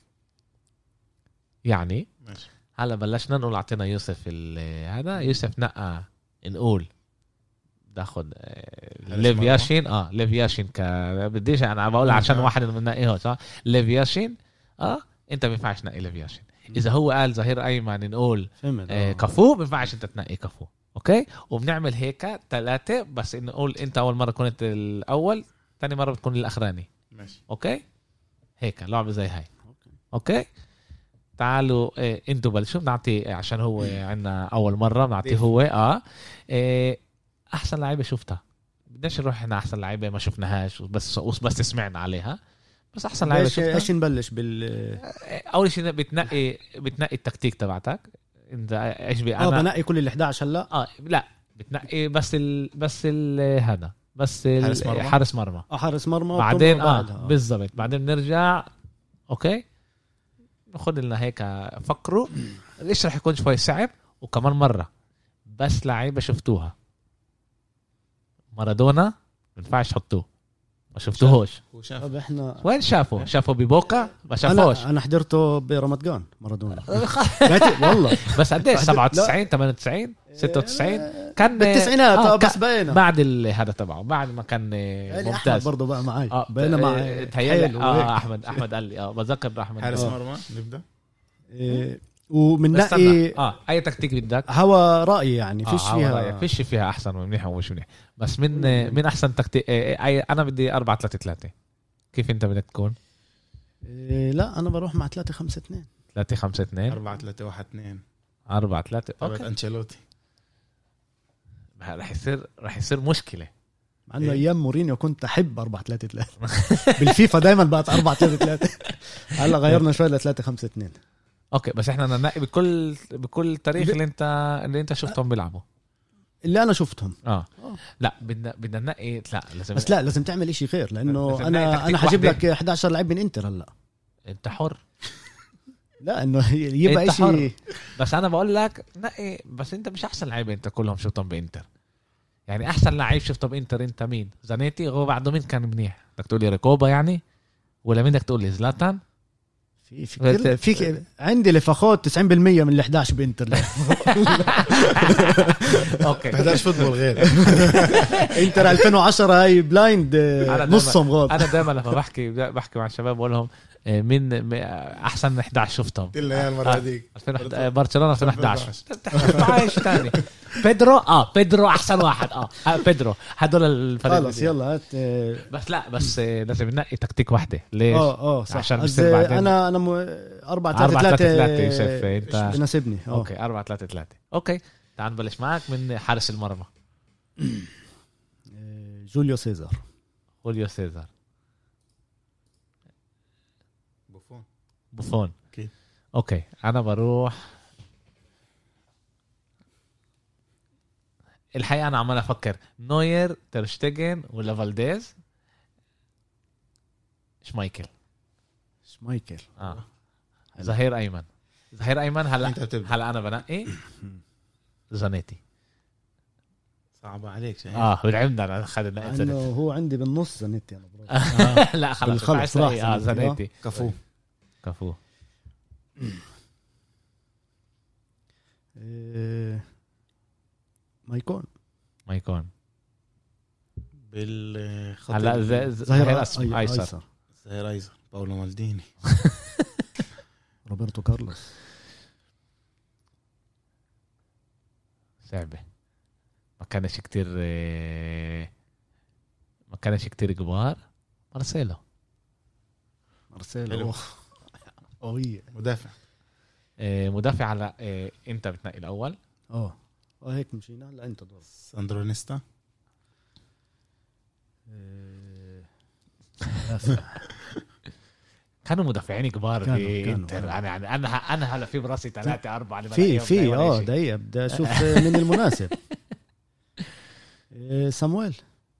يعني ماشي. هلا بلشنا نقول اعطينا يوسف هذا يوسف نقى نقول داخد ليف ياشين اه ليف ياشين ك بديش انا بقول عشان واحد من نقيه صح ليف ياشين اه انت ما ينفعش تنقي ليف ياشين. اذا هو قال ظهير ايمن نقول آه كفو ما ينفعش انت تنقي كفو. اوكي وبنعمل هيك ثلاثه بس انه نقول انت اول مره كنت الاول ثاني مره بتكون الاخراني. ماشي اوكي هيك لعبه زي هاي. اوكي, أوكي. تعالوا إيه انتوا بلشوا بنعطي عشان هو عندنا اول مره بنعطيه هو اه إيه احسن لعيبه شفتها. بدناش نروح احنا احسن لعيبه ما شفناهاش بس بس سمعنا عليها بس احسن لعيبه شفتها. ايش نبلش بال اول شيء بتنقي بتنقي التكتيك تبعتك انت ايش بي انا اه بنقي كل ال إحدى عشر هلا اه لا بتنقي بس ال بس ال هذا بس حارس مرمى حارس مرمى اه حارس مرمى بعدين اه بالضبط بعدين بنرجع اوكي ناخد لنا هيك فكروا ليش رح يكون شوي صعب. وكمان مرة بس لعيبة شفتوها. مارادونا ما ينفعش تحطوه ما شفتوهوش. طب احنا وين شافوا شافوا ببوكا ما شافوش. انا, أنا حضرته برمضان مارادونا والله بس قديش سبعة وتسعين ثمانية وتسعين ستة وتسعين كان بالتسعينات آه بس بينا بعد هذا تبعه بعد ما كان ممتاز برضه بقى معي آه بينا مع تهيألي اه احمد احمد قال لي اه بذكر احمد حارس مرمى نبدا إيه ومن نقي اه اي تكتيك بدك هوا رأيي يعني فيش آه فيها فيش فيها احسن ومنيح ومش منيح بس من من احسن تكتيك اي انا بدي أربعة ثلاثة ثلاثة. كيف انت بدك تكون؟ إيه لا انا بروح مع ثلاثة خمسة اثنين ثلاثة خمسة اثنين أربعة ثلاثة واحد اثنين أربعة ثلاثة اوكي انشيلوتي رح يصير رح يصير مشكلة مع انه ايام مورينيو كنت احب أربعة ثلاثة ثلاثة بالفيفا دايما بقت أربعة ثلاثة ثلاثة هلا غيرنا شوي ل ثلاثة خمسة اثنين. اوكي بس احنا ننقي بكل بكل تاريخ اللي انت اللي انت شفتهم بيلعبوا اللي انا شفتهم اه لا بدنا بدنا ننقي لا لازم بس لا لازم تعمل إشي غير لانه لازم انا انا حجيب لك إحدى عشر لعيب من انتر هلا انت حر لا انه يبقى إشي بس انا بقول لك نقي بس انت مش احسن لعيبه انت كلهم شفتهم بانتر. يعني احسن لعيب شفته بانتر انت مين؟ زانيتي هو بعده مين كان منيح؟ بدك تقول لي ريكوبا يعني ولا مين بدك تقول لي زلاتان؟ في في في عندي لفخوت تسعين بالمية من ال إحدى عشر بانتر اوكي بداش فوتبول غير انتر ألفين وعشرة هاي بلايند نصهم غلط. انا دائما لما بحكي بحكي مع الشباب بقول لهم مين احسن إحدى عشر شفتهم قلنا يا المره هذيك برشلونه ألفين وإحدى عشر عايش ثاني بيدرو اه بيدرو احسن واحد اه بيدرو هدول الفريق خلص يلا هات بس لا بس لازم ننقي تكتيك واحده ليش اه اه عشان بصير بعدين انا انا أربعة ثلاثة ثلاثة يوسف انت بناسبني اوكي أربعة ثلاثة ثلاثة اوكي تعال نبلش معك من حارس المرمى. جوليو سيزار جوليو سيزار بوفون بوفون اوكي اوكي انا بروح الحقيقه انا عمال افكر نوير ترشتيجن ولا فالديز شمايكل شمايكل اه ظهير ايمن ظهير ايمن هلا هلا انا بنقي زانيتي صعبة عليك شيء اه بالعمدة انا اخذنا انه هو عندي بالنص زانيتي انا برا آه. لا خلاص بالخلص اه زانيتي كفو كفو إيه... مايكون مايكون بالخط هلا ظهير ايسر ظهير ايسر باولو مالديني روبرتو كارلوس صعبة ما كانش كتير ما كانش كتير كبار. مارسيلو مارسيلو قوية مدافع مدافع على انت بتنقي الاول اه اه هيك مشينا لا انت دور ساندرو نيستا كانوا مدافعين كبار كانوا- في كانوا. انتر يعني يعني انا انا هلا في براسي ثلاثة أربعة اللي في بلاقيهم في دايماً اه إشي. دقيقة بدي اشوف من المناسب. إيه، سامويل.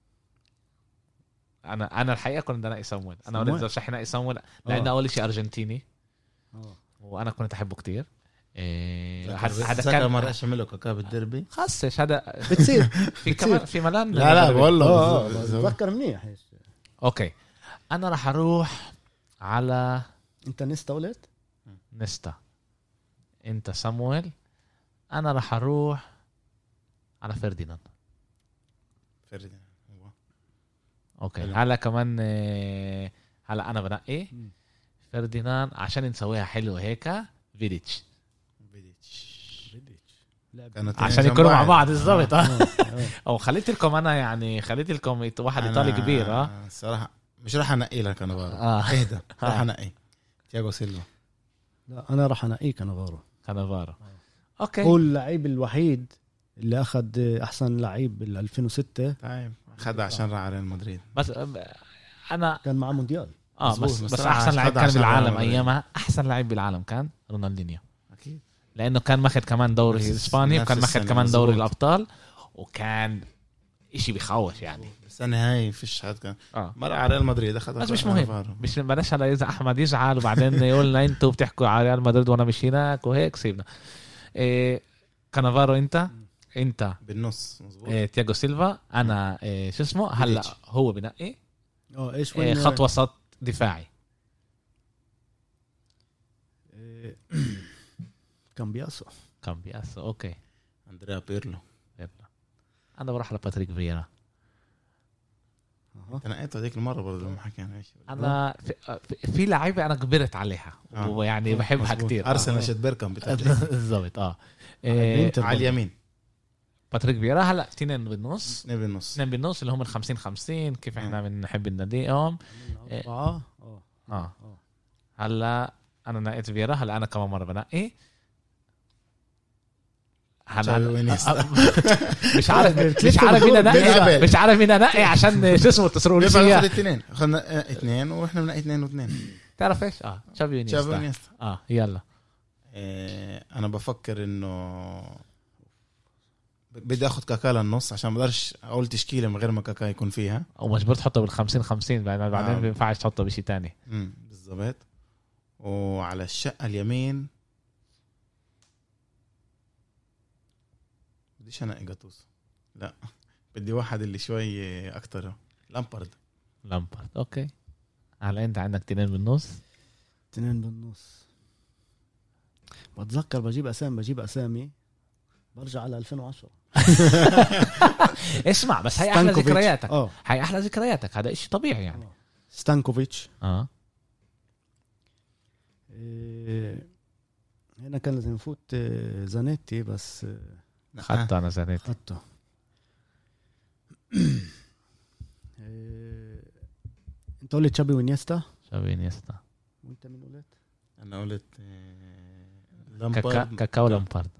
انا انا الحقيقه كنت بدي انقي سامويل انا سامويل. ولد رشح انقي سامويل لانه آه. اول شيء ارجنتيني آه. وانا كنت احبه كتير إيه هذا هذا كان كان مرة ايش عمله كاكا بالدربي. خصش هذا بتصير في كمان في ملان لا لا والله اه بز- بتذكر منيح. اوكي انا راح اروح على انت نستا قلت نستا انت سامويل انا راح اروح على فرديناند فرديناند. اوكي حلو. هلا كمان آه، هلا انا بنقي مم. فرديناند عشان نسويها حلوه هيك فيديتش فيديتش. لعب. كانوا عشان اتنين يكونوا جنب مع بعض. بعض بالضبط اه آه، آه. او خليت لكم انا يعني خليت لكم يت- واحد ايطالي أنا كبير اه صراحة مش راح انقي لك انا بارو. اه اهدى راح آه. انقي تياغو سيلفا. لا انا راح انقيه كانافارو. كانافارو اوكي هو اللعيب الوحيد اللي اخذ احسن لعيب بال ألفين وستة. طيب خدها عشان راح على ريال مدريد. بس آه، انا كان معاه مونديال. اه مظبوط، بس بس بس راح احسن لعيب خدها كان عشان بالعالم ريال مدريد. ايامها احسن لعيب بالعالم كان رونالدينيو اكيد لانه كان ماخذ كمان دوري نفس- الاسباني نفس وكان ماخذ السنة، كمان دوري مظبوط. الابطال وكان اشي بخوف يعني السنة هاي فيش حد كان اه مرة على ريال مدريد اخذها. بس مش مهم. مش بلاش هلا اذا احمد يزعل وبعدين يقول لنا انتوا بتحكوا على ريال مدريد وانا مش هناك وهيك سيبنا إيه كانافارو انت انت بالنص مظبوط. إيه تياغو سيلفا انا إيه شو اسمه هلا فيديتش. هو بنقي اه ايش إيه وين خط وسط دفاعي إيه، كان بياسو. كان بياسو اوكي اندريا بيرلو. يلا. انا بروح على باتريك فييرا أها. انا نقيته هذيك المرة برضه لما حكينا ايش. انا في, في- في لعيبه انا كبرت عليها آه. ويعني بحبها مظبوط. كتير ارسنال شت بيركم بتاعي. بالضبط اه إيه الإنتر. على اليمين باتريك فييرا هلا اثنين بالنص اثنين بالنص. اثنين بالنص اللي هم ال خمسين خمسين كيف احنا بنحب نناديهم إيه. أربعة. اه اه آه. هلا انا نقيت فييرا هلا انا كمان مره بنقي تشافي هلا وإنيستا. مش عارف كيف مش عارف مين انقي بالقبل. مش عارف مين انقي عشان شو اسمه تسرقوا يبقى لي ناخذ إياه. اثنين اخذنا اثنين واحنا بنقي اثنين واثنين. تعرف ايش اه تشافي تشافي وإنيستا وإنيستا. اه يلا إيه، انا بفكر انه بدي اخذ كاكا للنص عشان ما اقدرش اقول تشكيله من غير ما كاكا يكون فيها. ومجبور تحطه بال خمسين خمسين بعدين بعدين آه. بينفعش تحطه بشيء تاني امم بالضبط. وعلى الشقه اليمين بديش انقي جاتوسو. لا بدي واحد اللي شوي اكتر. لامبارد. لامبارد اوكي على انت عندك تنين بالنص اثنين بالنص. بتذكر بجيب اسامي بجيب اسامي برجع على ألفين وعشرة. اسمع بس هي احلى ستانكوفيتش. ذكرياتك اه هي احلى ذكرياتك هذا اشي طبيعي يعني ستانكوفيتش. اه إيه، هنا كان لازم نفوت إيه، زانيتي بس إيه، خدته انا زانيت خدته. إيه، انت قلت تشابي وينيستا شافي انيستا وانت مين قلت؟ انا قلت إيه، كاكا لامبارد. كاكاو لامبارد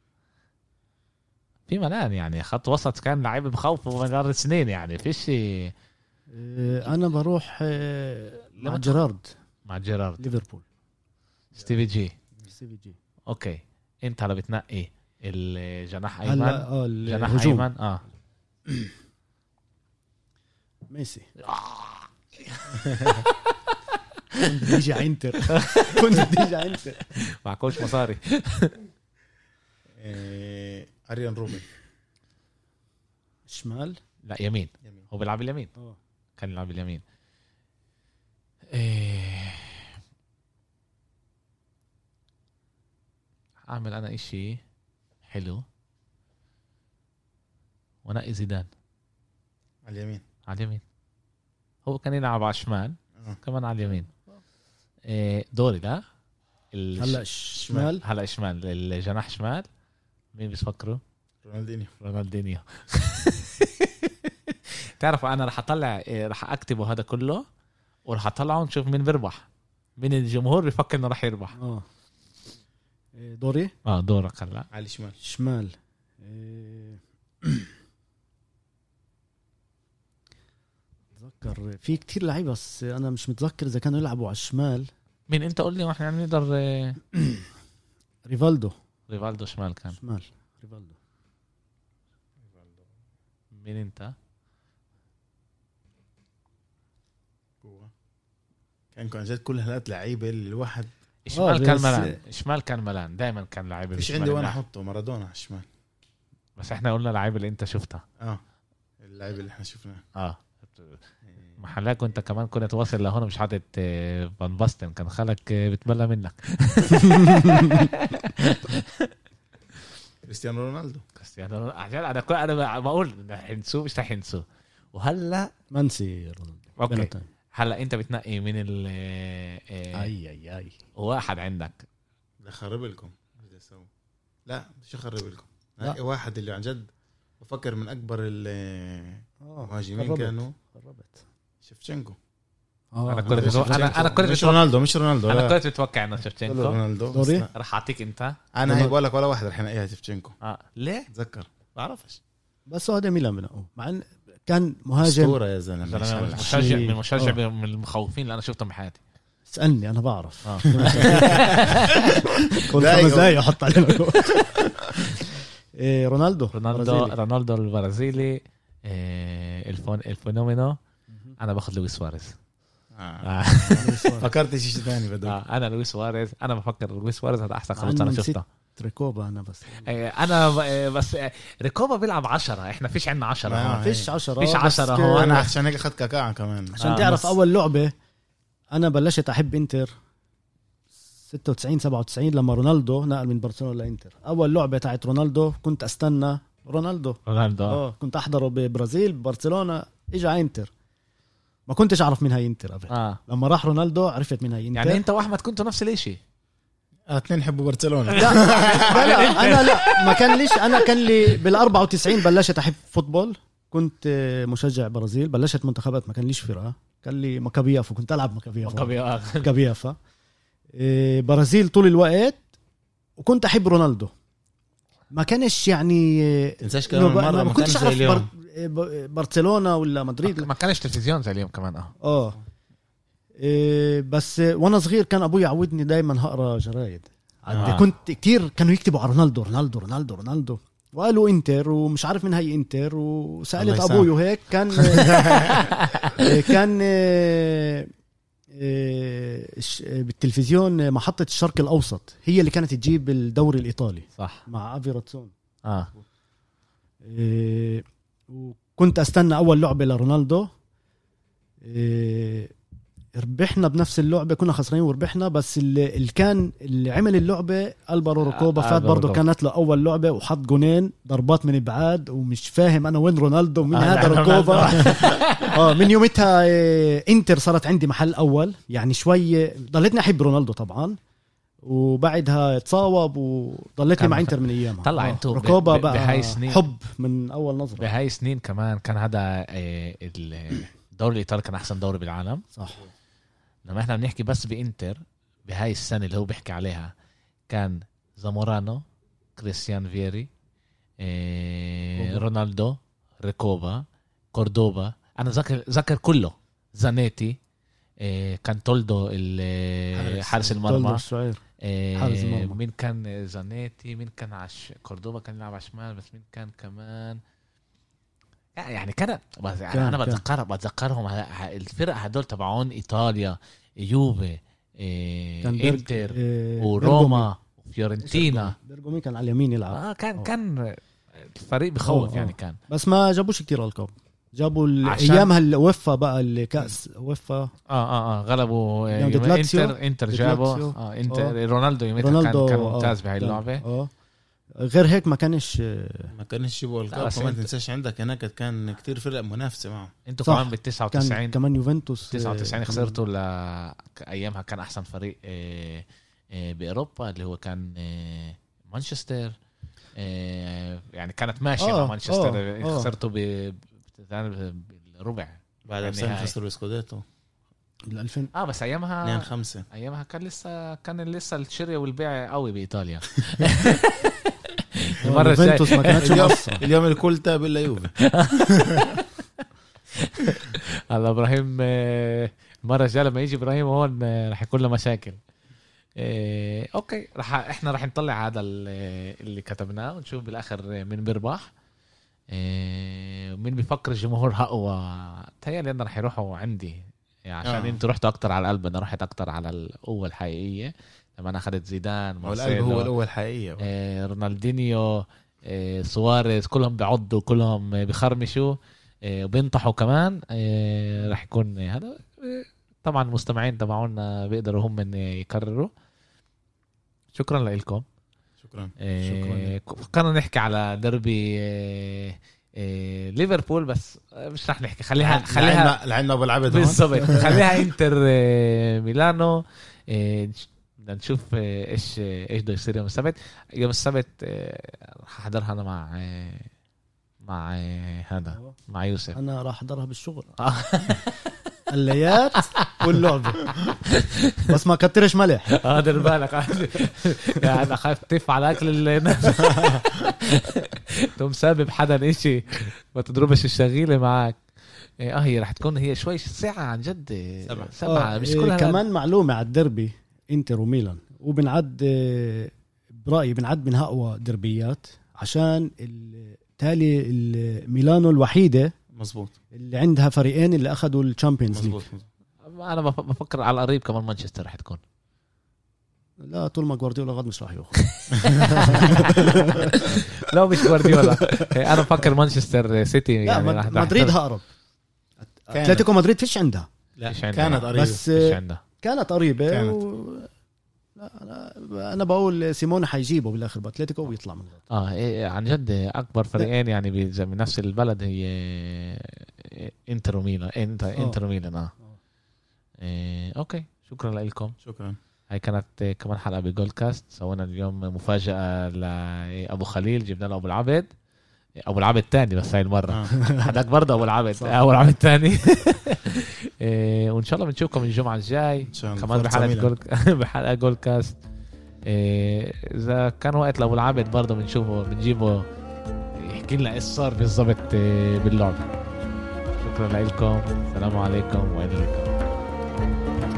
في ملان يعني خط وسط كان لعيب بخوفه مدار سنين يعني فيش إيه، انا بروح إيه، مع لما جيرارد مع جيرارد ليفربول. ستيفي جي سي في جي. اوكي انت هلا بتنقي الجناح ايمن هلا اه جناح الهجوم ايمن اه ميسي. كنت بدي اجي على انتر كنت بدي اجي على انتر. معكوش مصاري إيه، اريان روبن. شمال. لا يمين يمين. هو بيلعب اليمين اه كان يلعب اليمين إيه... اعمل انا اشي حلو ونقي زيدان على اليمين. على اليمين هو كان يلعب على الشمال آه. كمان على اليمين إيه دوري ده ال... هلا شمال. هلا شمال الجناح شمال مين بيفكروا رونالدينيو. رونالدينيو تعرفوا انا رح اطلع إيه، رح اكتبه هذا كله ورح اطلعه نشوف مين بيربح مين الجمهور بيفكر انه رح يربح اه إيه، دوري اه دورك هلا على الشمال. شمال. إيه، اتذكر في كتير لعيبه بس انا مش متذكر اذا كانوا يلعبوا على الشمال مين انت قول لي واحنا يعني نقدر آه، ريفالدو ريفالدو شمال كان. شمال ريفالدو. مين انت؟ كان عن جد كل هالات لعيبه اللي الواحد شمال آه، كان بس- ملان، شمال كان ملان دائما كان لعيب مش بالشمال عندي وانا منيح. احطه مارادونا على الشمال. بس احنا قلنا لعيب اللي انت شفتها. اه اللعيبه اللي احنا شفناه. اه محلاك وانت كمان كنت واصل لهون مش حاطط آه، فان باستن، كان خالك آه، بتبلى منك. كريستيانو رونالدو. كريستيانو رونالدو. عشان انا كل- انا بقول رح ينسوه مش رح ينسوه. وهلا منسي رونالدو. اوكي بنتين. هلا انت بتنقي من ال آه، آه، اي اي اي واحد عندك بدي اخرب لكم. بدي اسوي لا مش اخرب لكم. لا. هاي واحد اللي عن جد بفكر من اكبر المهاجمين قربت. كانوا قربت. شفتشنكو. اه أنا كنت بتوقع- أنا- أنا كنت مش بتوقع- رونالدو مش رونالدو انا لا. كنت متوقع انه شفتشنكو. رونالدو دوري؟ بس لا. رح اعطيك انت. انا هيك بقول لك ولا واحد رح نلاقيها شفتشنكو. اه ليه؟ تذكر بعرفش. بس هذا ميلان بنقوا مع ان كان مهاجم. اسطوره يا زلمه. زلمة مش هلا. مشجع شيء. من مشجع آه. من المخوفين اللي انا شفتهم بحياتي. اسالني انا بعرف. اه كل دايق. خمس دقايق احط علينا جول. إيه، رونالدو رونالدو برازيلي. رونالدو البرازيلي آه، الفون الفينومينو. انا باخذ لويس سواريز. آه. آه. فكرت شيء ثاني بدو. آه. انا لويس سواريز انا بفكر لويس سواريز هذا احسن خلص مع انا إنه شفته. ريكوبا انا بس آه، انا ب- آه، بس آه، ريكوبا بيلعب عشرة، احنا فيش عنا عشرة ما هون. فيش عشرة فيش بس عشرة ك- هو. انا عشان هيك اخذت كاكا كمان. عشان آه، تعرف بس. اول لعبة انا بلشت احب انتر ستة وتسعين سبعة وتسعين لما رونالدو نقل من برشلونة لانتر. اول لعبة تاعت رونالدو كنت استنى رونالدو. رونالدو آه. اه كنت احضره ببرازيل برشلونة اجى على انتر. ما كنتش اعرف مين هاي انتر قبل. اه لما راح رونالدو عرفت مين هاي انتر. يعني انت واحمد كنتوا نفس الاشي. اثنين حبوا برشلونه. لا لا, لا انا لا ما كان ليش. انا كان لي بال أربعة وتسعين بلشت احب فوتبول. كنت مشجع برازيل. بلشت منتخبات ما كان ليش فرقه. كان لي مكابيافا كنت العب مكابيافا. مكابي آه. مكابيافا إيه، برازيل طول الوقت. وكنت احب رونالدو. ما كانش يعني تنساش إنه كمان ب- مره ما ما كنتش كانش زي اعرف اليوم. بر... ب- برشلونه ولا مدريد. ما كانش تلفزيون زي اليوم كمان. اه اه إيه، بس وانا صغير كان ابوي يعودني دايما هقرا جرايد. آه. كنت كتير كانوا يكتبوا على رونالدو رونالدو رونالدو رونالدو وقالوا انتر ومش عارف من هاي انتر. وسألت الله يسامح. ابوي وهيك كان كان آه، آه، ش- بالتلفزيون محطة الشرق الأوسط هي اللي كانت تجيب الدوري الإيطالي صح. مع افيراتسون. اه إيه، وكنت استنى اول لعبه لرونالدو. إيه، ربحنا بنفس اللعبه. كنا خسرانين وربحنا. بس اللي, اللي كان اللي عمل اللعبه البارو روكوبا. آه، فات ألبارو برضه روكوبا. كانت له اول لعبه وحط جونين ضربات من بعاد. ومش فاهم انا وين رونالدو ومين آه، هذا لا، روكوبا. اه من يومتها إيه، انتر صارت عندي محل اول. يعني شوي ضلتني احب رونالدو طبعا. وبعدها تصاوب وضلتني كان مع مخ- انتر من ايامها. طلع آه، انتوا ب- روكوبا ب- بقى بهاي سنين. حب من اول نظره. بهاي سنين كمان كان هذا آه، الدوري الايطالي كان احسن دوري بالعالم. صح. لما احنا بنحكي بس بانتر بهاي السنه اللي هو بيحكي عليها كان زامورانو، كريستيان فيري، آه، رونالدو، ريكوبا، كوردوبا. انا ذاكر ذاكر كله. زانيتي، آه، كان تولدو ال- حارس تولدو المرمى. الشعير. آه، حارس المرمى. مين كان زانيتي؟ مين كان عش كوردوبا كان يلعب على شمال. بس مين كان كمان يعني كان بس يعني كان- انا كان. بتذكر بتذكرهم ه- ه- الفرق هدول تبعون ايطاليا، يوفي، إيه كان بيرج- انتر إيه، وروما وفيورنتينا. بيرجومي كان على اليمين يلعب. اه كان أوه. كان الفريق بخوف أوه، يعني أوه. كان. بس ما جابوش كتير القاب. جابوا ال- عشان- ايامها الوفا بقى الكاس وفا. اه اه اه غلبوا آه، يعني يوم- دلاتسيو- انتر انتر جابوا دلاتسيو. اه انتر آه. رونالدو يوميتها رونالدو كان كان آه، ممتاز بهاي كان- اللعبه. اه غير هيك ما كانش. ما كانش يجيبوا لا، القاب. بس كمان انت- تنساش عندك هناك كان كتير فرق منافسه معهم. انتوا صح. كمان بال كان تسعة كمان يوفنتوس تسعة وتسعين آه، خسرتوا ل ايامها كان احسن فريق آه، آه، باوروبا اللي هو كان آه، مانشستر. آه، يعني كانت ماشيه آه، مع مانشستر. آه، آه. خسرتوا ب- بالربع بعد يعني بسنه هاي. خسروا السكوديتو الألفين. اه بس اثنين ايامها خمسة. ايامها كان لسه كان لسه الشراء والبيع قوي بايطاليا. المره المرة الجايه يوفنتوس ما كانتش اليوم مقصرة. اليوم الكل تاب الا يوفي. هلا ابراهيم آه، المره الجايه لما يجي ابراهيم هون آه، رح يكون له مشاكل. إيه اوكي رح احنا رح نطلع هذا اللي كتبناه ونشوف بالاخر مين بيربح. إيه مين بيفكر الجمهور اقوى. تهيألي انا رح يروحوا عندي يعني عشان آه. انتوا رحتوا اكتر على القلب، انا رحت اكتر على القوه الحقيقيه لما انا اخذت زيدان والقلب مارسيلو هو الأول حقيقية. إيه رونالدينيو إيه سواريز كلهم بيعضوا كلهم بيخرمشوا إيه وبينطحوا كمان. إيه رح يكون هذا إيه طبعا المستمعين تبعونا بيقدروا هم ان يكرروا. شكرا لكم. شكرا. إيه فكرنا نحكي على دربي إيه إيه ليفربول بس مش رح نحكي خليها خليها لعنا ابو العبد بالضبط خليها انتر إيه ميلانو. إيه بدنا نشوف إيه ايش ايش بده يصير يوم السبت. يوم السبت إيه رح احضرها انا مع إيه مع إيه هذا مع يوسف. انا راح احضرها بالشغل الليات واللعبة بس ما كترش ملح. اه دير بالك يعني انا خايف تف على اكل الناس تقوم سابب حدا اشي ما تضربش الشغيله معك. اه هي رح تكون هي شوي ساعه عن جد سبعة, سبعة. آه مش كلها كمان معلومة على الدربي انتر وميلان وبنعد آه برأيي بنعد من أقوى دربيات عشان تالي ميلانو الوحيدة مزبوط اللي عندها فريقين اللي أخذوا الشامبيونز ليج. انا بفكر على القريب كمان مانشستر رح تكون. لا طول ما جوارديولا غاد مش راح ياخذ. لو مش جوارديولا انا بفكر مانشستر سيتي يعني راح مدريد هقرب. اتلتيكو مدريد فيش عندها. لا كانت قريبه بس كانت قريبه كانت. و... لا انا انا بقول سيمون حيجيبه بالاخر باتلتيكو ويطلع من اه إيه عن جد اكبر فريقين يعني من نفس البلد هي انتر وميلان. انت انتر وميلان اه إيه اوكي شكرا لكم. شكرا. هاي كانت كمان حلقه بجول كاست. سوينا اليوم مفاجاه لابو خليل جبنا له ابو العبد ابو العبد الثاني بس هاي المره هذاك برضه ابو العبد ابو العبد الثاني. إيه وان شاء الله بنشوفكم الجمعه الجاي كمان بحلقه جول بحلقه جول كاست. إيه اذا كان وقت لابو العبد برضه بنشوفه بنجيبه يحكي لنا ايش صار بالضبط باللعبه. شكرا لكم. السلام عليكم والى اللقاء.